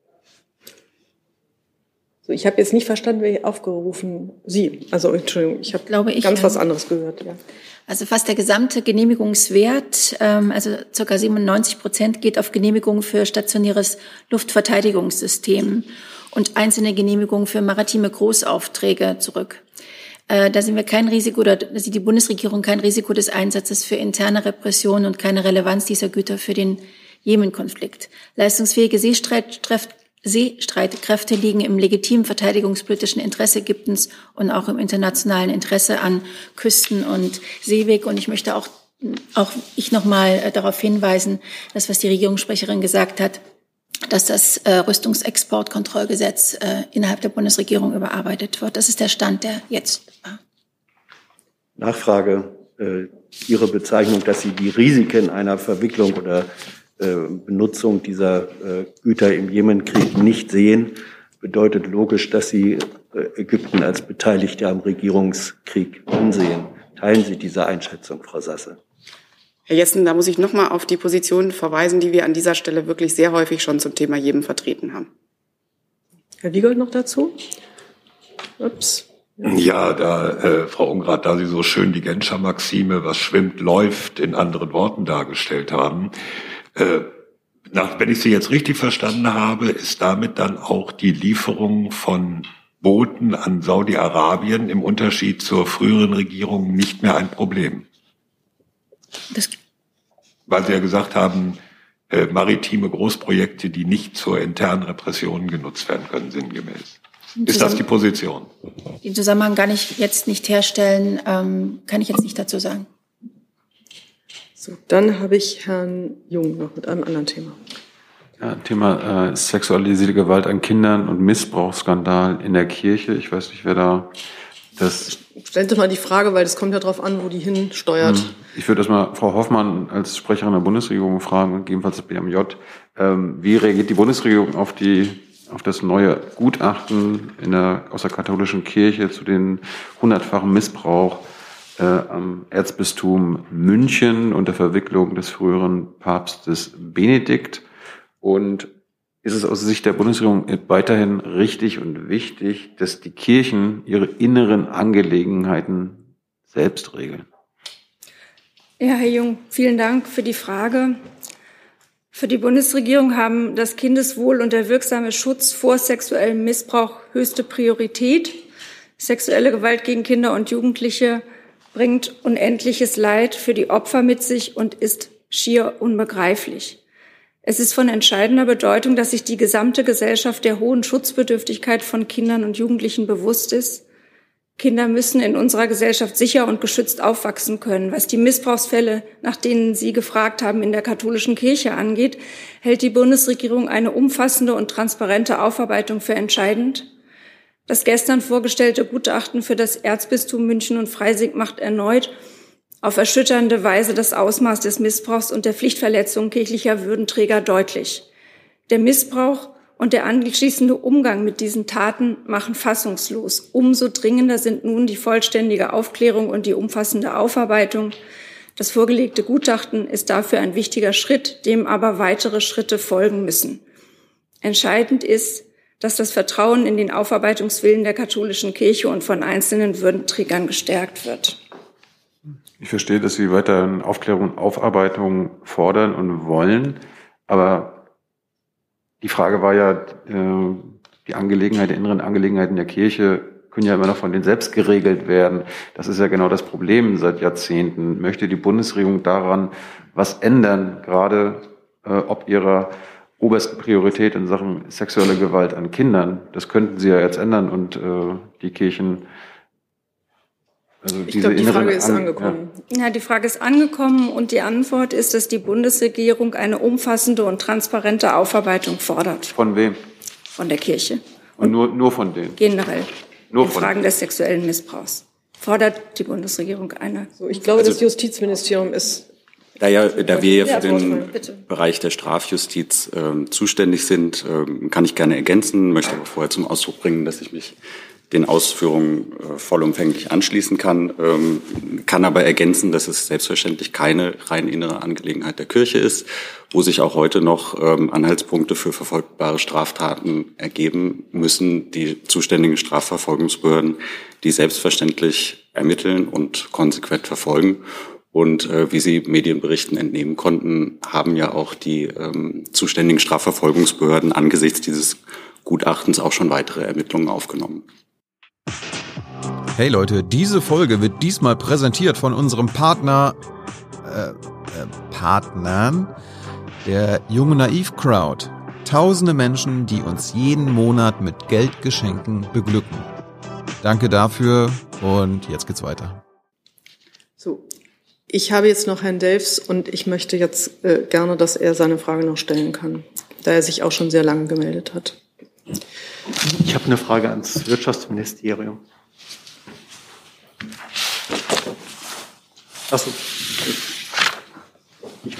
So, ich habe jetzt nicht verstanden, wer aufgerufen Sie. Also Entschuldigung, ich habe glaube ich ganz was anderes gehört. Ja. Also fast der gesamte Genehmigungswert, ähm, also ca. siebenundneunzig Prozent, geht auf Genehmigungen für stationäres Luftverteidigungssystem und einzelne Genehmigungen für maritime Großaufträge zurück. Äh, da sehen wir kein Risiko, oder da sieht die Bundesregierung kein Risiko des Einsatzes für interne Repression und keine Relevanz dieser Güter für den Jemen-Konflikt. Leistungsfähige Seestreitkräfte Seestreitkräfte liegen im legitimen verteidigungspolitischen Interesse Ägyptens und auch im internationalen Interesse an Küsten- und Seeweg. Und ich möchte auch, auch ich noch mal darauf hinweisen, dass was die Regierungssprecherin gesagt hat, dass das äh, Rüstungsexportkontrollgesetz äh, innerhalb der Bundesregierung überarbeitet wird. Das ist der Stand, der jetzt war. Nachfrage. Äh, Ihre Bezeichnung, dass Sie die Risiken einer Verwicklung oder Benutzung dieser Güter im Jemenkrieg nicht sehen, bedeutet logisch, dass Sie Ägypten als Beteiligte am Regierungskrieg ansehen. Teilen Sie diese Einschätzung, Frau Sasse? Herr Jessen, da muss ich noch mal auf die Position verweisen, die wir an dieser Stelle wirklich sehr häufig schon zum Thema Jemen vertreten haben. Herr Wiegold noch dazu? Ups. Ja, da, äh, Frau Ungrath, da Sie so schön die Genscher Maxime, was schwimmt, läuft, in anderen Worten dargestellt haben, Äh, nach, wenn ich Sie jetzt richtig verstanden habe, ist damit dann auch die Lieferung von Booten an Saudi-Arabien im Unterschied zur früheren Regierung nicht mehr ein Problem. Das Weil Sie ja gesagt haben, äh, maritime Großprojekte, die nicht zur internen Repression genutzt werden können, sinngemäß. Ist das die Position? Den Zusammenhang kann ich jetzt nicht herstellen, ähm, kann ich jetzt nicht dazu sagen. So, dann habe ich Herrn Jung noch mit einem anderen Thema. Ja, Thema äh, sexualisierte Gewalt an Kindern und Missbrauchsskandal in der Kirche. Ich weiß nicht, wer da das... Stellt doch mal die Frage, weil das kommt ja darauf an, wo die hinsteuert. Ich würde das mal Frau Hoffmann als Sprecherin der Bundesregierung fragen und gegebenenfalls das B M J. Ähm, wie reagiert die Bundesregierung auf die auf das neue Gutachten in der, aus der katholischen Kirche zu den hundertfachen Missbrauch Äh, am Erzbistum München und der Verwicklung des früheren Papstes Benedikt? Und ist es aus Sicht der Bundesregierung weiterhin richtig und wichtig, dass die Kirchen ihre inneren Angelegenheiten selbst regeln? Ja, Herr Jung, vielen Dank für die Frage. Für die Bundesregierung haben das Kindeswohl und der wirksame Schutz vor sexuellem Missbrauch höchste Priorität. Sexuelle Gewalt gegen Kinder und Jugendliche bringt unendliches Leid für die Opfer mit sich und ist schier unbegreiflich. Es ist von entscheidender Bedeutung, dass sich die gesamte Gesellschaft der hohen Schutzbedürftigkeit von Kindern und Jugendlichen bewusst ist. Kinder müssen in unserer Gesellschaft sicher und geschützt aufwachsen können. Was die Missbrauchsfälle, nach denen Sie gefragt haben, in der katholischen Kirche angeht, hält die Bundesregierung eine umfassende und transparente Aufarbeitung für entscheidend. Das gestern vorgestellte Gutachten für das Erzbistum München und Freising macht erneut auf erschütternde Weise das Ausmaß des Missbrauchs und der Pflichtverletzung kirchlicher Würdenträger deutlich. Der Missbrauch und der anschließende Umgang mit diesen Taten machen fassungslos. Umso dringender sind nun die vollständige Aufklärung und die umfassende Aufarbeitung. Das vorgelegte Gutachten ist dafür ein wichtiger Schritt, dem aber weitere Schritte folgen müssen. Entscheidend ist, dass das Vertrauen in den Aufarbeitungswillen der katholischen Kirche und von einzelnen Würdenträgern gestärkt wird. Ich verstehe, dass Sie weiterhin Aufklärung und Aufarbeitung fordern und wollen, aber die Frage war ja, äh, die Angelegenheit, die inneren Angelegenheiten der Kirche können ja immer noch von denen selbst geregelt werden. Das ist ja genau das Problem seit Jahrzehnten. Möchte die Bundesregierung daran was ändern, gerade äh, ob ihrer obersten Priorität in Sachen sexuelle Gewalt an Kindern? Das könnten Sie ja jetzt ändern und äh, die Kirchen... Also ich glaube, die Frage ist angekommen. Ja. ja, die Frage ist angekommen und die Antwort ist, dass die Bundesregierung eine umfassende und transparente Aufarbeitung fordert. Von wem? Von der Kirche. Und, und nur, nur von denen? Generell. Nur in von Fragen des sexuellen Missbrauchs. Fordert die Bundesregierung eine. So, ich glaube, also, das Justizministerium ist... Da, ja, da wir ja für ja, den Bereich der Strafjustiz äh, zuständig sind, äh, kann ich gerne ergänzen, möchte aber vorher zum Ausdruck bringen, dass ich mich den Ausführungen äh, vollumfänglich anschließen kann, ähm, kann aber ergänzen, dass es selbstverständlich keine rein innere Angelegenheit der Kirche ist, wo sich auch heute noch ähm, Anhaltspunkte für verfolgbare Straftaten ergeben müssen, die zuständigen Strafverfolgungsbehörden, die selbstverständlich ermitteln und konsequent verfolgen. Und äh, wie Sie Medienberichten entnehmen konnten, haben ja auch die ähm, zuständigen Strafverfolgungsbehörden angesichts dieses Gutachtens auch schon weitere Ermittlungen aufgenommen. Hey Leute, diese Folge wird diesmal präsentiert von unserem Partner, äh, äh, Partnern, der Jung Naiv Crowd. Tausende Menschen, die uns jeden Monat mit Geldgeschenken beglücken. Danke dafür und jetzt geht's weiter. So, ich habe jetzt noch Herrn Delfs und ich möchte jetzt äh, gerne, dass er seine Frage noch stellen kann, da er sich auch schon sehr lange gemeldet hat. Ich habe eine Frage ans Wirtschaftsministerium. Achso. Ich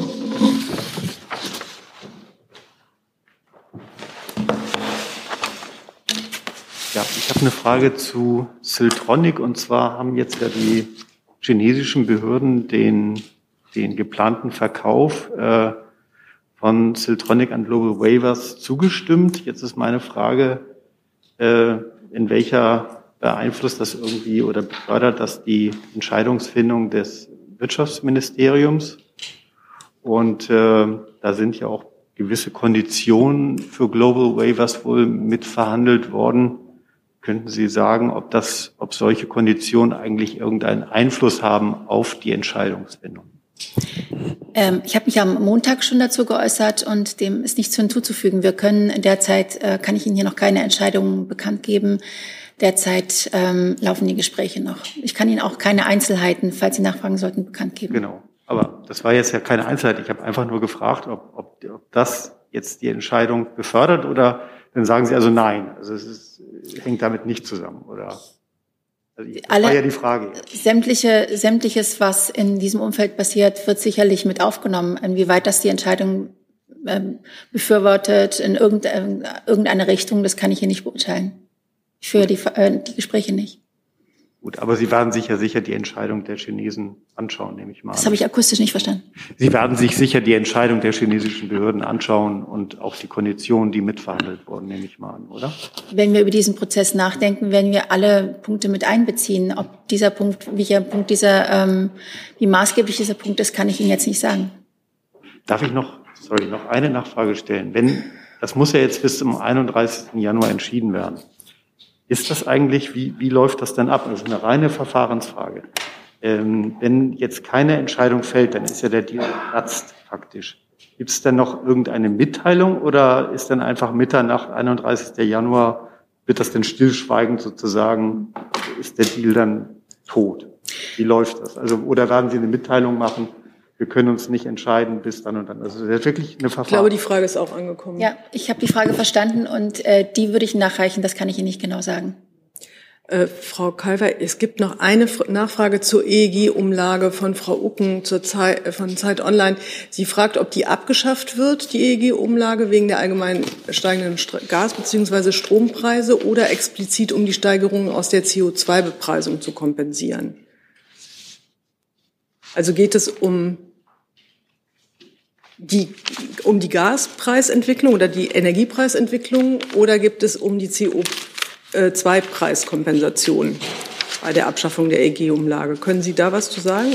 ja, ich habe eine Frage zu Siltronic, und zwar haben jetzt ja die chinesischen Behörden den, den geplanten Verkauf äh, von Siltronic an Global Wafers zugestimmt. Jetzt ist meine Frage, äh, in welcher beeinflusst das irgendwie oder befördert das die Entscheidungsfindung des Wirtschaftsministeriums? Und äh, da sind ja auch gewisse Konditionen für Global Wafers wohl mit verhandelt worden. Könnten Sie sagen, ob das, ob solche Konditionen eigentlich irgendeinen Einfluss haben auf die Entscheidungsfindung? Ähm, ich habe mich am Montag schon dazu geäußert und dem ist nichts hinzuzufügen. Wir können derzeit, äh, kann ich Ihnen hier noch keine Entscheidungen bekannt geben. Derzeit ähm, laufen die Gespräche noch. Ich kann Ihnen auch keine Einzelheiten, falls Sie nachfragen sollten, bekannt geben. Genau, aber das war jetzt ja keine Einzelheit. Ich habe einfach nur gefragt, ob, ob, ob das jetzt die Entscheidung befördert, oder dann sagen Sie also nein. Also es ist, hängt damit nicht zusammen, oder? Also ich, das Alle, war ja die Frage. Sämtliche, sämtliches, was in diesem Umfeld passiert, wird sicherlich mit aufgenommen. Inwieweit das die Entscheidung ähm, befürwortet in irgendeine Richtung, das kann ich hier nicht beurteilen. Ich führe die, äh, die Gespräche nicht. Gut, aber Sie werden sich ja sicher die Entscheidung der Chinesen anschauen, nehme ich mal an. Das habe ich akustisch nicht verstanden. Sie werden sich sicher die Entscheidung der chinesischen Behörden anschauen und auch die Konditionen, die mitverhandelt wurden, nehme ich mal an, oder? Wenn wir über diesen Prozess nachdenken, werden wir alle Punkte mit einbeziehen. Ob dieser Punkt, welcher Punkt dieser, ähm, wie maßgeblich dieser Punkt ist, kann ich Ihnen jetzt nicht sagen. Darf ich noch, sorry, noch eine Nachfrage stellen? Wenn, das muss ja jetzt bis zum einunddreißigsten Januar entschieden werden. Ist das eigentlich, wie, wie läuft das denn ab? Das ist eine reine Verfahrensfrage. Ähm, wenn jetzt keine Entscheidung fällt, dann ist ja der Deal geplatzt faktisch. Gibt es denn noch irgendeine Mitteilung oder ist dann einfach Mitternacht, einunddreißigsten Januar, wird das denn stillschweigend sozusagen, ist der Deal dann tot? Wie läuft das? Also, oder werden Sie eine Mitteilung machen? Wir können uns nicht entscheiden bis dann und dann. Also das ist wirklich eine Verfahren. Ich glaube, die Frage ist auch angekommen. Ja, ich habe die Frage verstanden und äh, die würde ich nachreichen. Das kann ich Ihnen nicht genau sagen. Äh, Frau Calver, es gibt noch eine Nachfrage zur E E G-Umlage von Frau Ucken zur Zeit, äh, von Zeit Online. Sie fragt, ob die abgeschafft wird, die E E G-Umlage, wegen der allgemein steigenden Gas- bzw. Strompreise oder explizit um die Steigerungen aus der C O zwei Bepreisung zu kompensieren. Also geht es um die, um die Gaspreisentwicklung oder die Energiepreisentwicklung oder gibt es um die C O zwei Preiskompensation bei der Abschaffung der E E G-Umlage? Können Sie da was zu sagen?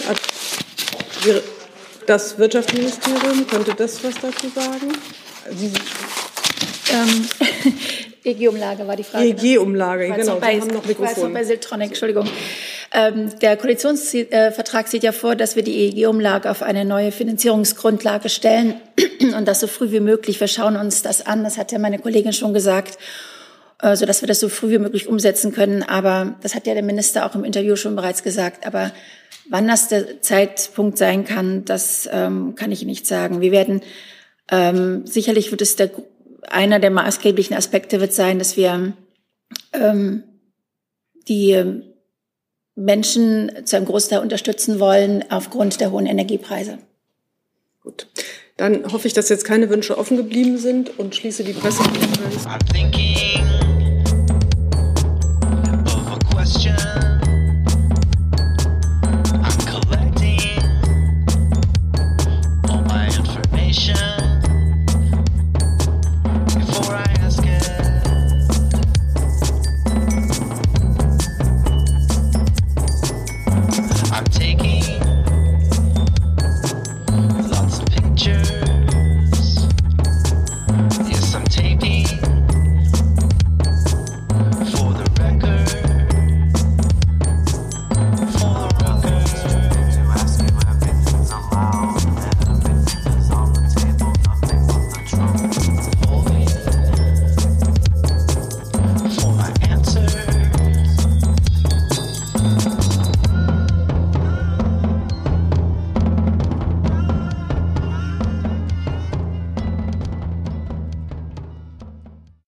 Das Wirtschaftsministerium, könnte das was dazu sagen? Sie ähm, E E G-Umlage war die Frage. E E G-Umlage, ne? genau. Bei, Sie haben noch ich weiß noch Mikrofon. bei Siltronic, Entschuldigung. Ähm, der Koalitionsvertrag sieht ja vor, dass wir die E E G-Umlage auf eine neue Finanzierungsgrundlage stellen und das so früh wie möglich. Wir schauen uns das an, das hat ja meine Kollegin schon gesagt, äh, sodass wir das so früh wie möglich umsetzen können. Aber das hat ja der Minister auch im Interview schon bereits gesagt. Aber wann das der Zeitpunkt sein kann, das ähm, kann ich nicht sagen. Wir werden, ähm, sicherlich wird es der, einer der maßgeblichen Aspekte wird sein, dass wir ähm, die Menschen zu einem Großteil unterstützen wollen aufgrund der hohen Energiepreise. Gut, dann hoffe ich, dass jetzt keine Wünsche offen geblieben sind und schließe die Pressekonferenz.